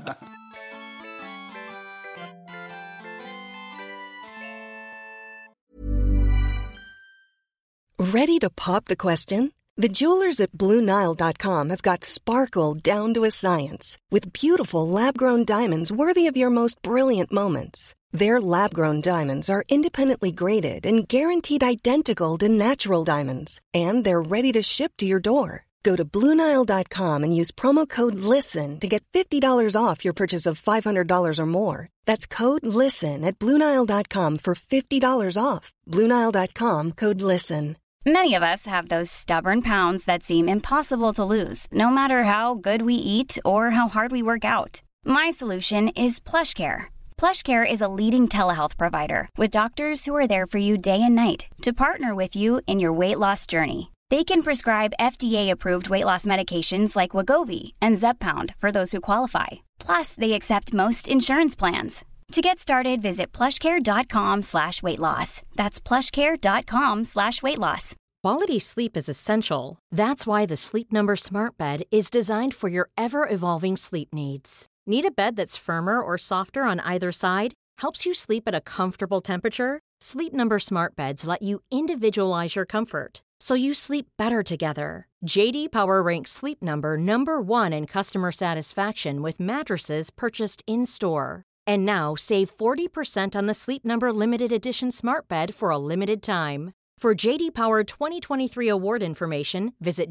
Ready to pop the question? The jewelers at BlueNile.com have got sparkle down to a science with beautiful lab-grown diamonds worthy of your most brilliant moments. Their lab-grown diamonds are independently graded and guaranteed identical to natural diamonds, and they're ready to ship to your door. Go to BlueNile.com and use promo code LISTEN to get $50 off your purchase of $500 or more. That's code LISTEN at BlueNile.com for $50 off. BlueNile.com, code LISTEN. Many of us have those stubborn pounds that seem impossible to lose, no matter how good we eat or how hard we work out. My solution is PlushCare. PlushCare is a leading telehealth provider with doctors who are there for you day and night to partner with you in your weight loss journey. They can prescribe FDA-approved weight loss medications like Wegovy and Zepbound for those who qualify. Plus, they accept most insurance plans. To get started, visit plushcare.com/weightloss. That's plushcare.com/weightloss. Quality sleep is essential. That's why the Sleep Number Smart Bed is designed for your ever-evolving sleep needs. Need a bed that's firmer or softer on either side? Helps you sleep at a comfortable temperature? Sleep Number Smart Beds let you individualize your comfort, so you sleep better together. JD Power ranks Sleep Number #1 in customer satisfaction with mattresses purchased in-store. And now, save 40% on the Sleep Number Limited Edition Smart Bed for a limited time. For JD Power 2023 award information, visit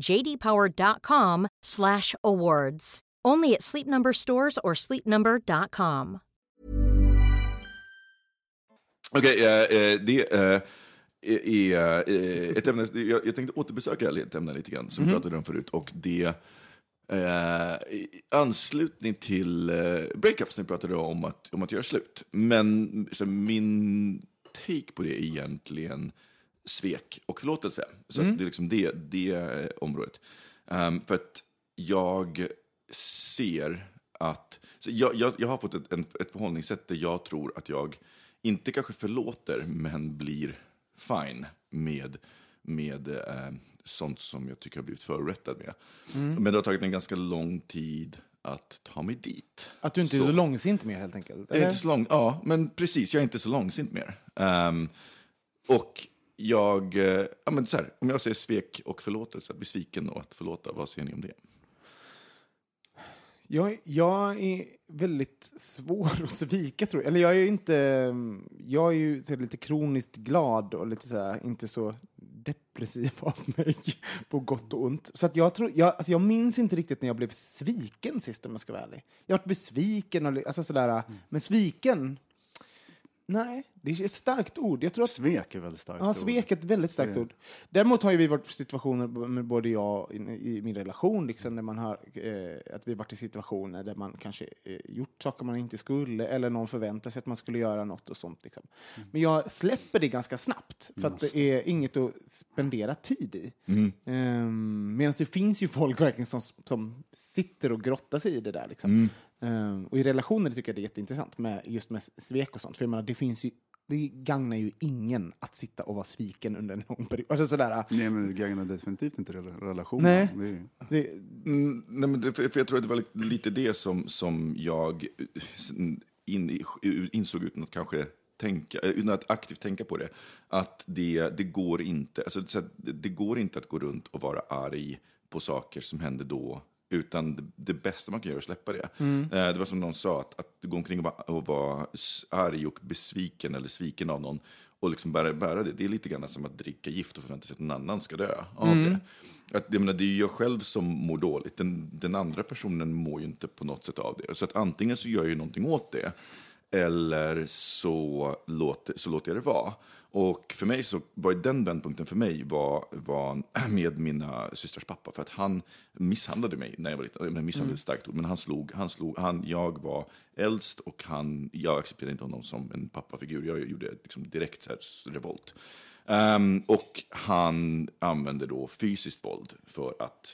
jdpower.com/awards. Only at Sleep Number stores or sleepnumber.com. Okej, det är ett ämne, jag tänkte återbesöka ett ämne lite grann som vi pratade om förut, och det i anslutning till breakups när vi pratade om att göra slut. Men så min take på det är egentligen svek och förlåtelse. Så det är liksom det området. För att jag ser att så jag har fått ett förhållningssätt där jag tror att jag inte kanske förlåter, men blir fine med sånt som jag tycker har blivit förrättad med. Men det har tagit mig ganska lång tid att ta mig dit. Att du inte är så långsint mer, helt enkelt? Jag är inte så ja, men precis, jag är inte så långsint mer. Och jag, men så här, om jag säger svek och förlåtelse, att bli sviken och att förlåta, vad säger ni om det? Jag är väldigt svår att svika, tror jag. Eller jag är ju lite kroniskt glad och lite så här, inte så depressiv av mig på gott och ont. Så att jag minns inte riktigt när jag blev sviken sist, om jag ska vara ärlig. Jag har varit besviken och alltså sådär, men sviken, nej, det är ett starkt ord. Jag tror att svek är väldigt starkt. Ja, svek är ett väldigt starkt ord. Däremot har ju vi varit i situationer med både jag i min relation, liksom, när man har att vi varit i situationer där man kanske gjort saker man inte skulle, eller någon förväntar sig att man skulle göra något och sånt, liksom. Men jag släpper det ganska snabbt, för att det är inget att spendera tid i. Medan det finns ju folk verkligen som sitter och grottar sig i det där, liksom. Och i relationer tycker jag det är jätteintressant med svek och sånt. För jag menar, det gagnar ju ingen att sitta och vara sviken under en lång period. Alltså sådär. Nej, men det gagnar definitivt inte relationen. Nej. Nej, men för jag tror att det var lite det som jag insåg utan att kanske utan att aktivt tänka på det, att det går inte, alltså, så det går inte att gå runt och vara arg på saker som hände då, utan det bästa man kan göra är att släppa det. Det var som någon sa, att gå omkring och vara arg och besviken eller sviken av någon och liksom bära det. Det är lite grann som att dricka gift och förvänta sig att någon annan ska dö av det. Jag menar, det är ju jag själv som mår dåligt. Den andra personen mår ju inte på något sätt av det. Så att antingen så gör jag ju någonting åt det, eller så låter jag det vara. Och för mig så var den vändpunkten för mig var med mina systrars pappa, för att han misshandlade mig när jag var liten. Misshandlade ett starkt ord, men jag var äldst och jag accepterade inte honom som en pappafigur. Jag gjorde liksom direkt så här revolt. Och han använde då fysiskt våld för att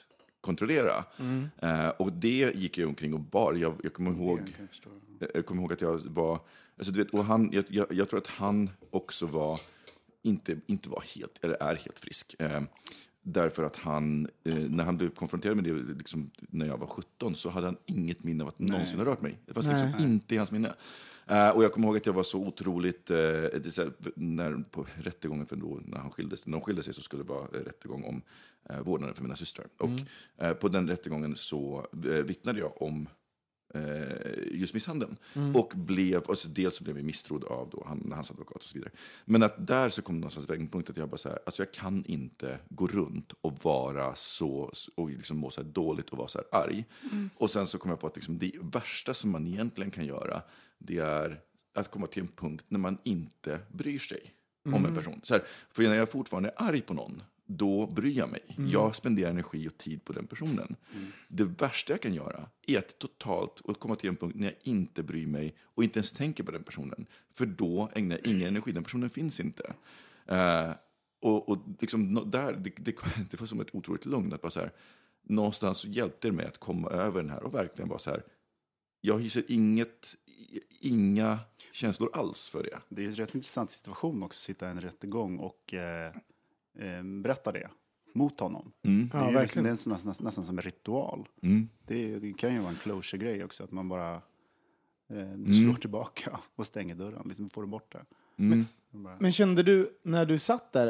kontrollera. Och det gick jag omkring och bar. Jag kommer ihåg att jag var... Alltså, du vet, och jag tror att han också var... Inte var helt, eller är helt frisk. Därför att han, när han blev konfronterad med det liksom, när jag var 17, så hade han inget minne av att någonsin ha rört mig. Det fanns liksom inte i hans minne. Och jag kommer ihåg att jag var så otroligt, när på rättegången för då, när de skilde sig så skulle det vara rättegång om vårdnaden för mina systrar. Och på den rättegången så vittnade jag om just misshandeln. Och dels så blev vi misstrodd av då, hans advokat och så vidare. Men att där så kom det någonstans vägpunkt att jag bara så här, alltså jag kan inte gå runt och vara så, och liksom må så här dåligt och vara så här arg. Och sen så kom jag på att liksom det värsta som man egentligen kan göra, det är att komma till en punkt när man inte bryr sig om en person. Så här, för när jag fortfarande är arg på någon, då bryr jag mig. Jag spenderar energi och tid på den personen. Det värsta jag kan göra är att totalt komma till en punkt när jag inte bryr mig och inte ens tänker på den personen. För då ägnar jag ingen energi. Den personen finns inte. Och liksom där, det var som ett otroligt lugn. Att bara så här, någonstans så hjälpte det mig att komma över den här och verkligen bara så här, jag hyser inga känslor alls för det. Det är en rätt intressant situation också, sitta i en rättegång och berätta det mot honom. Det är nästan som en ritual. Det kan ju vara en closure-grej också, att man bara slår tillbaka och stänger dörren, liksom får det bort det. Men kände du när du satt där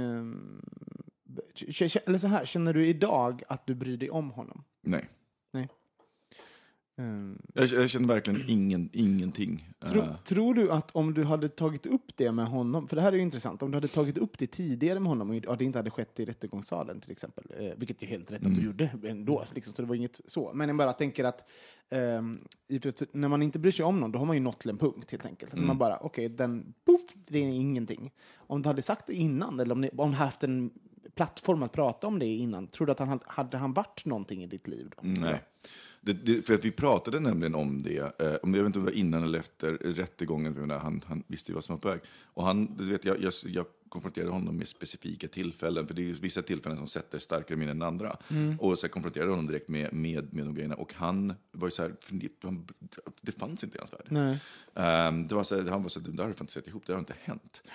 eller så här, känner du idag att du bryr dig om honom? Nej. Jag känner verkligen ingenting. Tror du att om du hade tagit upp det med honom, för det här är ju intressant, om du hade tagit upp det tidigare med honom och det inte hade skett i rättegångssalen till exempel, vilket är helt rätt att du gjorde ändå, liksom, så det var inget så. Men jag bara tänker att när man inte bryr sig om någon, då har man ju nått till en punkt helt enkelt. Man bara, okej, det är ingenting. Om du hade sagt det innan, eller om du haft en plattform att prata om det innan, tror du att hade han varit någonting i ditt liv då? Nej. För att vi pratade nämligen om det, jag vet inte om det var innan eller efter rättegången, han visste ju vad som var på väg. Och jag konfronterade honom med specifika tillfällen, för det är ju vissa tillfällen som sätter starkare minnen än andra. Och så konfronterade honom direkt med de grejerna, och han var ju så här, det fanns inte i hans värld. Nej. Det var så här, han var så här, det har fantiserat ihop, det har inte hänt.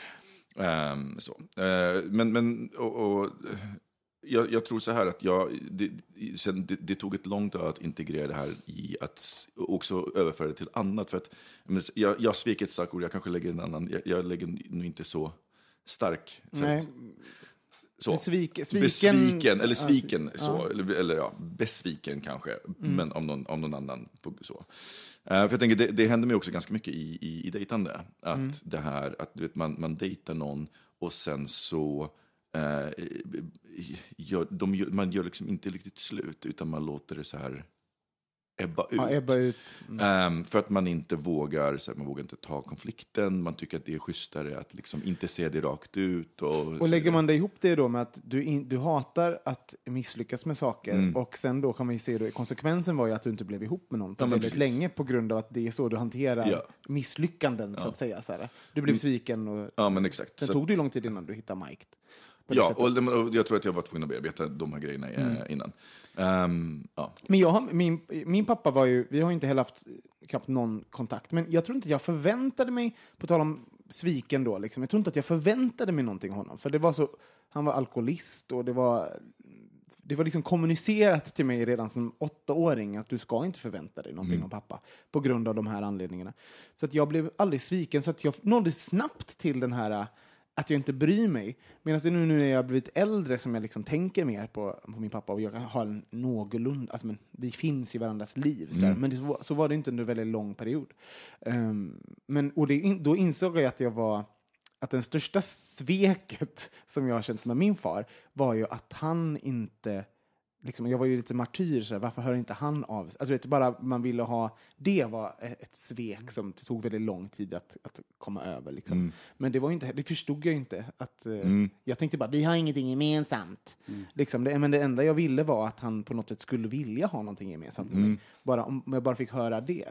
Jag tror så här att det tog ett långt tag att integrera det här i att också överföra det till annat. För att jag svek ett starkt ord, jag kanske lägger en annan, jag lägger nog inte så stark. Besviken, eller sviken, besviken kanske, men om någon annan så. För jag tänker, det händer mig också ganska mycket i dejtande, att det här, att du vet, man dejtar någon och sen så man gör liksom inte riktigt slut, utan man låter det så här ebba ut. För att man inte vågar, så här, man vågar inte ta konflikten, man tycker att det är schysstare att liksom inte se det rakt ut. Och lägger man det ihop det då med att du hatar att misslyckas med saker, och sen då kan man ju se då, konsekvensen var ju att du inte blev ihop med någon på väldigt länge på grund av att det är så du hanterar misslyckanden, så att säga. Så här. Du blev sviken och men exakt. sen tog det lång tid innan du hittade Mike. Ja, och jag tror att jag var tvungen att bearbeta de här grejerna innan. Men min pappa var ju, vi har inte heller haft knappt någon kontakt, men jag tror inte jag förväntade mig, på tal om sviken då, liksom, jag tror inte att jag förväntade mig någonting av honom, för det var så, han var alkoholist, och det var liksom kommunicerat till mig redan som 8-åring att du ska inte förvänta dig någonting av pappa på grund av de här anledningarna. Så att jag blev aldrig sviken, så att jag nådde snabbt till den här att jag inte bryr mig. Medan nu när jag blivit äldre, som jag liksom tänker mer på min pappa, och jag har en någorlunda, alltså, men vi finns i varandras liv. Men så var det inte under en väldigt lång period. Då insåg jag att den största sveket som jag har känt med min far var ju att han inte, liksom, jag var ju lite martyr, så här, varför hör inte han av sig? Alltså, vet du, bara man ville ha, det var ett svek som det tog väldigt lång tid att komma över. Liksom. Men det var inte, det förstod jag inte. Jag tänkte bara, vi har ingenting gemensamt. Liksom, men det enda jag ville var att han på något sätt skulle vilja ha någonting gemensamt. Om jag bara fick höra det.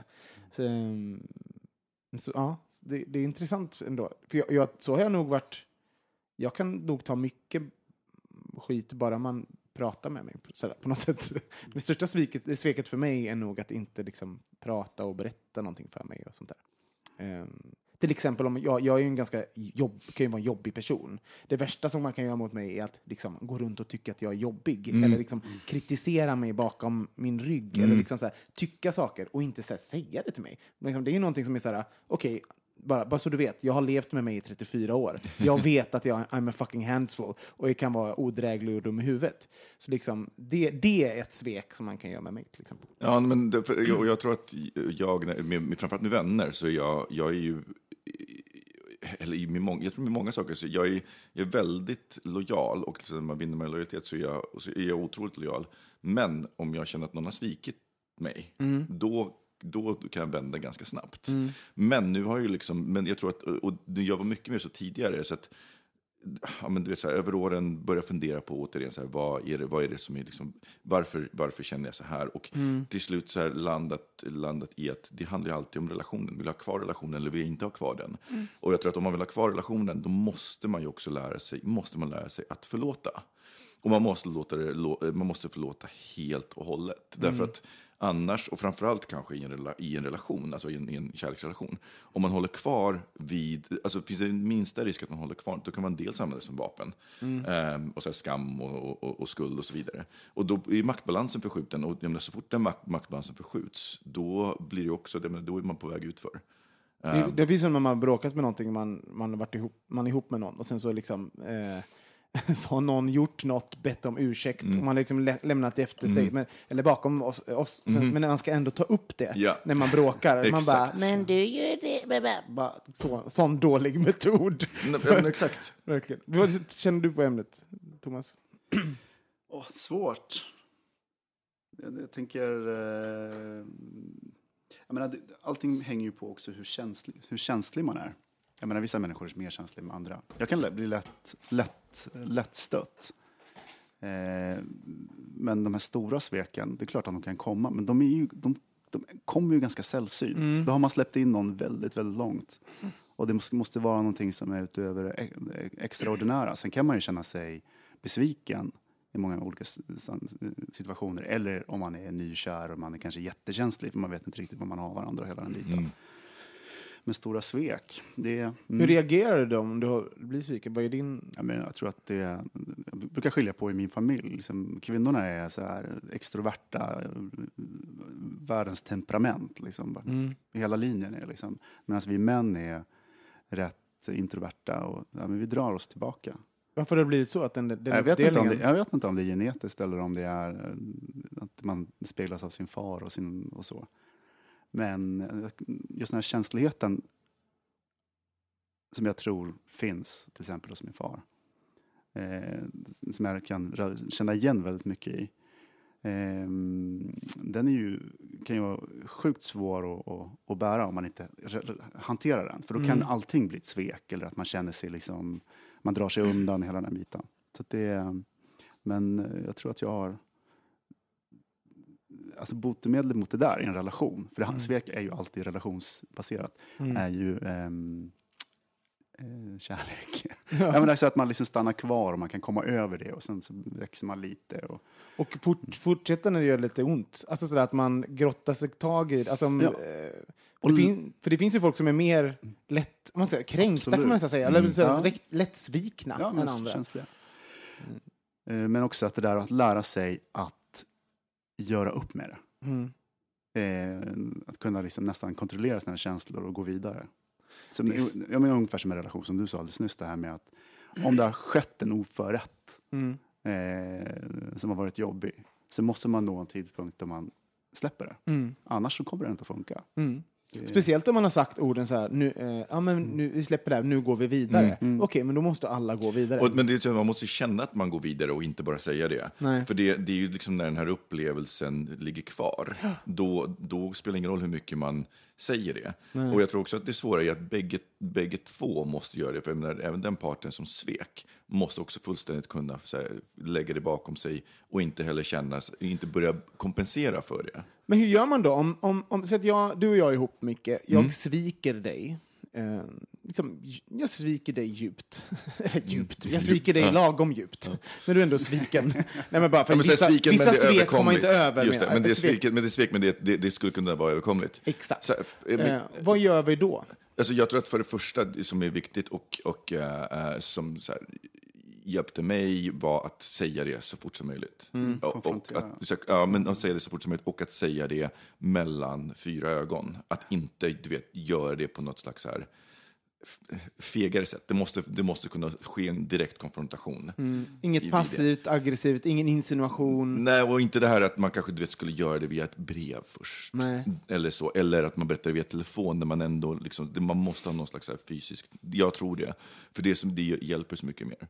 Så ja, det är intressant ändå. För så har jag nog varit, jag kan nog ta mycket skit bara man prata med mig sådär, på något sätt. Det största sveket för mig är nog att inte liksom prata och berätta någonting för mig och sånt där. Till exempel om jag är ju en ganska kan ju vara en jobbig person. Det värsta som man kan göra mot mig är att liksom gå runt och tycka att jag är jobbig eller liksom kritisera mig bakom min rygg eller liksom så här, tycka saker och inte så här, säga det till mig. Men liksom, det är ju någonting som är så här, okej, bara så du vet, jag har levt med mig i 34 år. Jag vet att I'm a fucking handful och jag kan vara odräglig och dum i huvudet. Så liksom, det är ett svek som man kan göra med mig till exempel. Ja, men jag tror att framförallt med vänner så jag är ju, eller jag tror med många saker så jag är väldigt lojal och när man vinner med lojalitet så är jag otroligt lojal. Men om jag känner att någon har svikit mig, då kan jag vända ganska snabbt. Men nu har jag liksom, men jag tror att, och jag var mycket mer så tidigare så att, ja, men du vet så här, över åren börja fundera på återigen så här, vad är det som är liksom, varför känner jag så här och till slut så här landat i att det handlar ju alltid om relationen. Vill jag ha kvar relationen eller vill jag inte ha kvar den? Och jag tror att om man vill ha kvar relationen då måste man ju också lära sig att förlåta. Och man måste förlåta helt och hållet. Därför att annars, och framförallt kanske i en relation, alltså i en kärleksrelation, om man håller kvar vid, alltså finns det en minsta risk att man håller kvar, då kan man dels använda det som vapen. Och så här skam och skuld och så vidare. Och då är maktbalansen förskjuten, och så fort den maktbalansen förskjuts, då blir det också, då är man på väg utför. Det blir som när man har bråkat med någonting, man har varit man är ihop med någon, och sen så liksom... så har någon gjort något, bett om ursäkt och man har liksom lämnat efter sig eller bakom oss sen, men man ska ändå ta upp det när man bråkar. Man bara, men du gör det. Sån dålig metod. Men exakt. Verkligen. Vad känner du på ämnet, Thomas? Svårt. Jag tänker... jag menar, allting hänger ju på också hur känslig man är. Jag menar, vissa människor är mer känsliga än andra. Jag kan bli lättstött. Men de här stora sveken, det är klart att de kan komma. Men de kommer ju ganska sällsynt. Då har man släppt in någon väldigt, väldigt långt. Och det måste vara någonting som är utöver extraordinära. Sen kan man ju känna sig besviken i många olika situationer. Eller om man är nykär och man är kanske jättekänslig. För man vet inte riktigt vad man har varandra hela den biten. Med stora svek. Hur reagerar du om du blir sviken? Vad är din... Jag tror att jag brukar skilja på i min familj. Liksom, kvinnorna är så här extroverta, världens temperament. Liksom, hela linjen är liksom. Medan vi män är rätt introverta och men vi drar oss tillbaka. Varför har det blivit så? Att den jag vet inte om det är genetiskt eller om det är att man speglas av sin far och så. Men just den här känsligheten som jag tror finns till exempel hos min far, som jag kan känna igen väldigt mycket i, den kan ju vara sjukt svår att bära om man inte hanterar den. För då kan allting bli ett svek eller att man känner sig liksom, man drar sig undan hela den här biten. Så att men jag tror att jag har botemedel mot det där i en relation. För svek är ju alltid relationsbaserat. Är ju kärlek. Jag menar så att man liksom stannar kvar och man kan komma över det och sen så växer man lite. Och fortsätta när det gör lite ont. Alltså sådär att man grottar sig tag i. Alltså, för det finns ju folk som är mer kränkta kan man säga. Eller lätt svikna än andra. Känsliga. Men också att det där att lära sig att göra upp med det. Att kunna liksom nästan kontrollera sina känslor och gå vidare. Jag menar ungefär som en relation som du sa alldeles nyss, det här med att om det har skett en oförrätt som har varit jobbig, så måste man nå en tidpunkt då man släpper det. Annars så kommer det inte att funka. Speciellt om man har sagt orden så här, nu vi släpper det här, nu går vi vidare. Okej, men då måste alla gå vidare. Men det är, man måste känna att man går vidare och inte bara säga det. Nej. För det är ju liksom när den här upplevelsen ligger kvar. Då spelar det ingen roll hur mycket man säger det. Nej. Och jag tror också att det svåra är att bägge två måste göra det. För även den parten som svek måste också fullständigt kunna lägga det bakom sig och inte heller inte börja kompensera för det. Men hur gör man då? Om så att du och jag är ihop mycket, jag sviker dig. liksom, jag sviker dig djupt. Jag sviker dig lagom djupt. Men du är ändå sviken. Nej, men bara för vissa svek kommer inte över. Just det, men det skulle kunna vara överkomligt. Exakt. Så, vad gör vi då? Alltså, jag tror att för det första som är viktigt och som så här, hjälpte mig var att säga det så fort som möjligt. Att säga det så fort som möjligt och att säga det mellan 4 ögon. Att inte, göra det på något slags så här fegare sätt. Det måste kunna ske en direkt konfrontation. Inget passivt, aggressivt, ingen insinuation. Nej, och inte det här att man kanske skulle göra det via ett brev först. Nej. Eller så, eller att man berättar via telefon när man ändå liksom, man måste ha någon slags här fysiskt. Jag tror det. För det hjälper så mycket mer.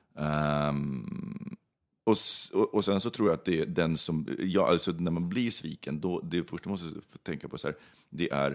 Och sen så tror jag att det är den som alltså när man blir sviken, då det första man måste tänka på så här, det är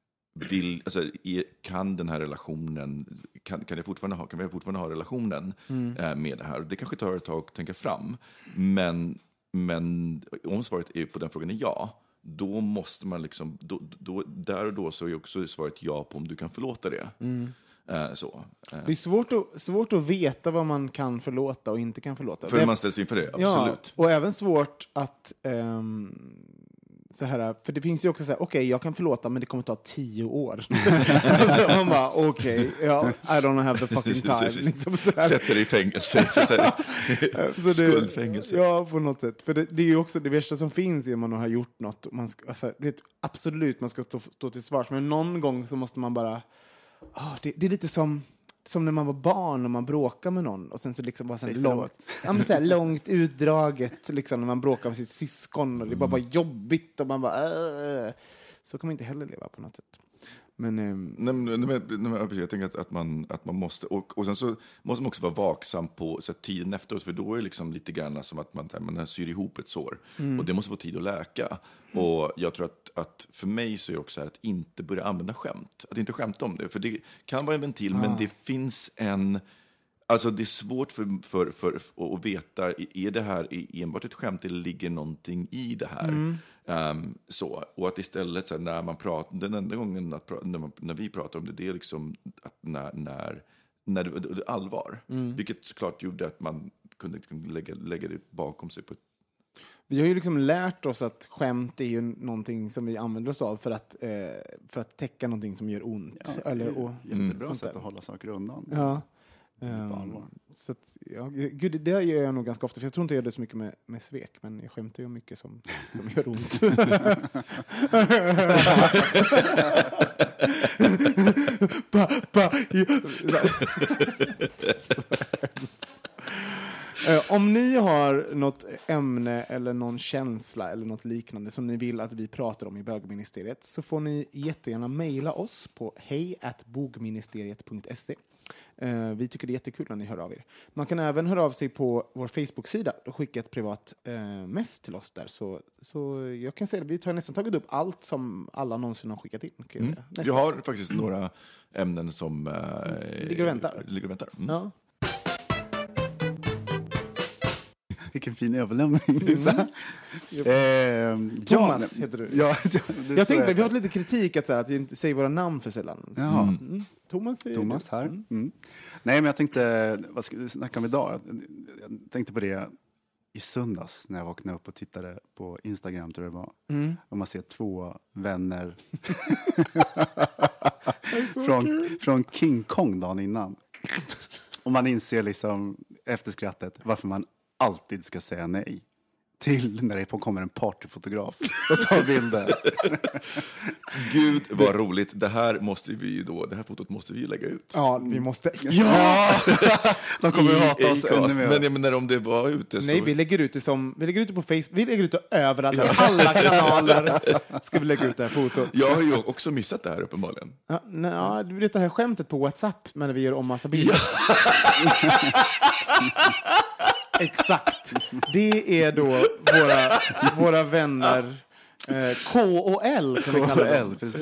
kan den här relationen kan vi fortfarande ha relationen med det här? Det kanske tar ett tag att tänka fram, men om svaret är på den frågan är ja, då måste man liksom där och då så är också svaret ja på om du kan förlåta det. Det är svårt att veta vad man kan förlåta och inte kan förlåta. För man ställs inför det, absolut. Ja, och även svårt att så här, för det finns ju också så här, okej, jag kan förlåta, men det kommer ta 10 år. Man bara, okej, ja, I don't have the fucking time. Liksom sätter dig i fängelse. Skuldfängelse. Ja, på något sätt. För det är ju också det värsta som finns är man har gjort något. Absolut, man ska stå till svars. Men någon gång så måste man bara... det är lite som när man var barn och man bråkar med någon och sen så liksom bara så långt utdraget liksom när man bråkar med sitt syskon och det bara var jobbigt och man bara så kan man inte heller leva på något sätt. Men jag tänker att man måste och sen så måste man också vara vaksam på så tiden efteråt, för då är det liksom lite grann som att man syr ihop ett sår och det måste få tid att läka. Och jag tror att för mig så är det också här att inte börja använda skämt, att inte skämta om det, för det kan vara en ventil men det finns alltså det är svårt för att veta, är det här enbart ett skämt eller ligger någonting i det här? Och att istället så här, när man pratar, den enda gången när vi pratar om det är liksom att när det är allvar. Vilket såklart gjorde att man kunde lägga det bakom sig på ett... Vi har ju liksom lärt oss att skämt är ju någonting som vi använder oss av för att täcka någonting som gör ont. Ja, jättebra sätt att hålla saker undan. Ja. Så att, gud, det gör jag nog ganska ofta, för jag tror inte jag gör det så mycket med svek, men jag skämtar ju mycket som gör ont. Om ni har något ämne eller någon känsla eller något liknande som ni vill att vi pratar om i bögministeriet, så får ni jättegärna mejla oss på hej@bogministeriet.se. Vi tycker det är jättekul när ni hör av er. Man kan även höra av sig på vår Facebook-sida och skicka ett privat mess till oss där. Så jag kan säga att vi har nästan tagit upp allt som alla någonsin har skickat in. Vi har faktiskt några ämnen som ligger och väntar. Ja. Vilken fin överlämning, Lisa. Thomas heter du. Ja, jag tänkte, vi har lite kritik att vi inte säger våra namn för sällan. Thomas här. Nej, men jag tänkte, vad ska vi snacka om idag? Jag tänkte på det i söndags när jag vaknade upp och tittade på Instagram, tror jag det var. Och man ser 2 vänner från King Kong dagen innan. Och man inser liksom efter skrattet varför man alltid ska säga nej till när det kommer en partyfotograf och tar bilder. Gud, vad roligt. Det här fotot måste vi lägga ut. Ja, vi måste. Ja! De kommer att hata oss ännu mer. Men jag menar, om det var ute så... Nej, vi lägger ut det på Facebook. Vi lägger ut det överallt. I alla kanaler ska vi lägga ut det här fotot. Jag har ju också missat det här uppenbarligen. Ja, du vet det här skämtet på WhatsApp när vi gör om massa bilder. Exakt. Det är då våra vänner K och L kan vi kalla det. Precis.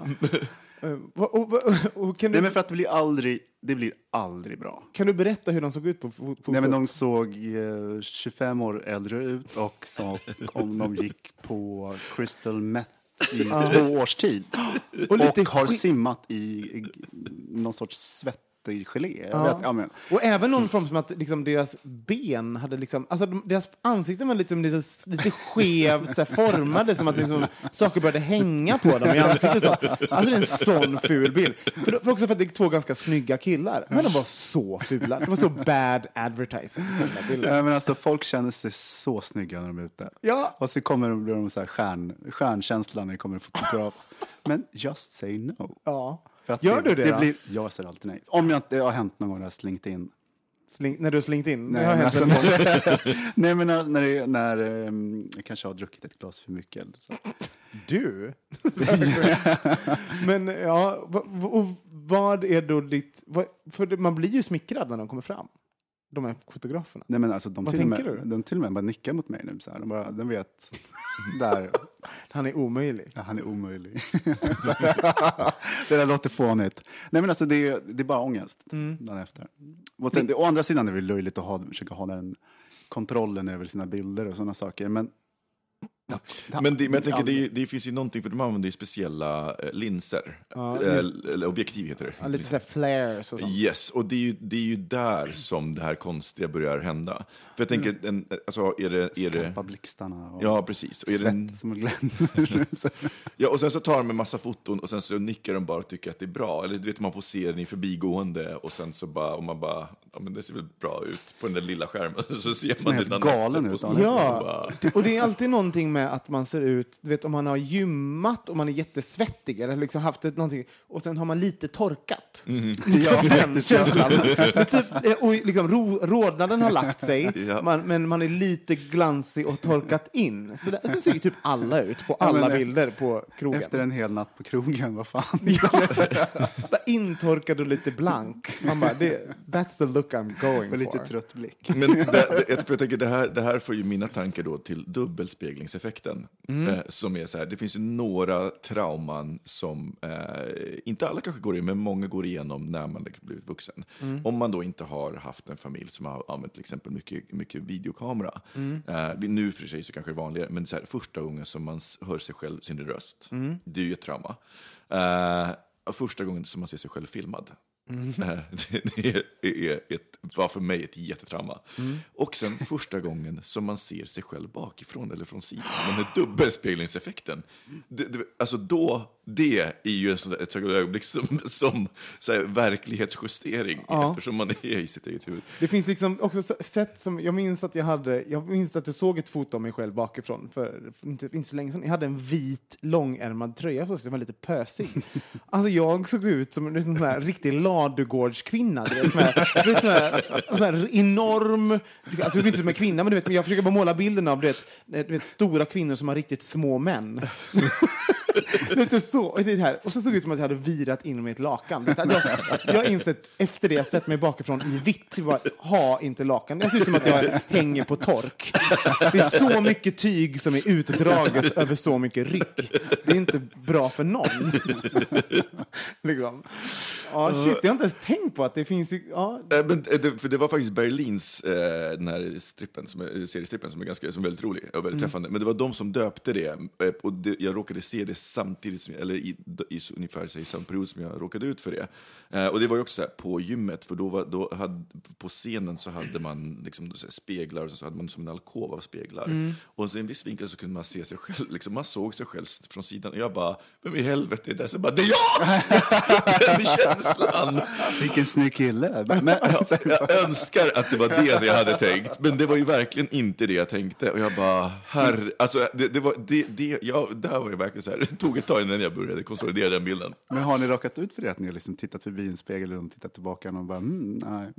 Nej, men för att det blir aldrig bra. Kan du berätta hur de såg ut på fotot? Nej, men de såg 25 år äldre ut och så om de gick på crystal meth i 2 års tid. Och har simmat i någon sorts svettig gelé. Och även någon form som att liksom, deras ben hade liksom, alltså deras ansikten var liksom lite skevt så här, formade som att liksom, saker började hänga på dem i ansiktet. Så. Alltså det är en sån ful bild. För också för att det är 2 ganska snygga killar. Men de var så fula. Det var så bad advertising. Ja, men alltså, folk känner sig så snygga när de är ute. Ja. Och så blir de så här stjärnkänslan när det kommer en fotograf. Men just say no. Ja. Gör du det? Jag säger alltid nej. Om jag inte har hänt någon gång när jag slängt in. När du har slängt in? Nej, men alltså, nej, men när jag kanske har druckit ett glas för mycket. Eller så. Du? Men ja, och vad är då ditt... För man blir ju smickrad när de kommer fram. De här fotograferna. Nej, men alltså, vad tänker du? De till och med bara nickar mot mig nu. Så här. De vet... Där. Han är omöjlig. Ja, han är omöjlig. Det där låter fånigt. Nej, men alltså det är bara ångest. Dagen efter. Och sen, å andra sidan är det löjligt att försöka ha den kontrollen över sina bilder och sådana saker. Men Men jag tänker, det finns ju någonting, för de använder ju speciella linser. Eller objektiv heter det. Ja, lite så här flares och sånt. Yes, och det är ju där som det här konstiga börjar hända. För jag tänker, alltså, är det skarpa blixtarna och ja, precis. Och svett som glänser. Ja, och sen så tar de en massa foton och sen så nickar de bara och tycker att det är bra. Eller du vet, man får se den i förbigående och sen så bara, och man bara, ja men det ser väl bra ut på den där lilla skärmen. Så ser man den galen ut. Ja, och det är alltid någonting med att man ser ut, du vet, om man har gymmat och man är jättesvettig eller liksom haft någonting och sen har man lite torkat. Ja, den känslan. Och liksom rodnaden har lagt sig, men man är lite glansig och torkat in. Så ser typ alla ut på alla bilder på krogen. Efter en hel natt på krogen, vad fan? Intorkad och lite blank. Man bara, that's the look I'm going for. Lite trött blick. Men jag tänker, det här får ju mina tankar då till dubbelspeglingseffekten. Som är så här, det finns ju några trauman som inte alla kanske går igenom, men många går igenom när man blivit vuxen. Om man då inte har haft en familj som har använt till exempel mycket videokamera. Nu för sig så kanske det är vanligare, men så här, första gången som man hör sig själv, sin röst, det är ju ett trauma. Första gången som man ser sig själv filmad. Det var för mig ett jättetrauma. Och sen första gången som man ser sig själv bakifrån eller från sidan, den här dubbelspeglingseffekten, alltså då, det är ju ett ögonblick som så här, verklighetsjustering, eftersom man är i sitt eget huvud. Det finns liksom också sätt som jag minns att jag såg ett foto av mig själv bakifrån för inte så länge sedan. Jag hade en vit långärmad tröja som var lite pösig. Alltså jag såg ut som en sån här riktig ladugårdskvinna, du vet, så här enorm, alltså jag såg inte som en kvinna, men du vet, jag försöker bara måla bilden av du vet stora kvinnor som har riktigt små män. Lite så, det här. Och så såg det ut som att jag hade virat in med ett lakan. Jag har insett efter det jag sett mig bakifrån i vitt, bara, ha inte lakan. Det ser ut som att jag hänger på tork. Det är så mycket tyg som är utdraget över så mycket ryck. Det är inte bra för någon. Liksom. Ja, shit, jag har inte ens tänkt på att det finns... Ja. För det var faktiskt Berlins den här seriestrippen som är väldigt rolig och väldigt träffande. Men det var de som döpte det. Och jag råkade se det samtidigt, eller i ungefär i samma period som jag råkade ut för det. Och det var ju också så här, på gymmet, för då hade på scenen så hade man liksom så här, speglar, och så hade man som en alkov av speglar. Och så i en viss vinkel så kunde man se sig själv, liksom, man såg sig själv från sidan, och jag bara, vem i helvete är det? Så bara, det är jag! Den känslan! Vilken snygg kille! Jag önskar att det var det jag hade tänkt, men det var ju verkligen inte det jag tänkte. Och jag bara, alltså det här var ju verkligen så här, det tog ett tag innan jag började konsolidera den bilden. Men har ni råkat ut för det att ni har liksom tittat förbi en spegel och tittat tillbaka och bara, nej.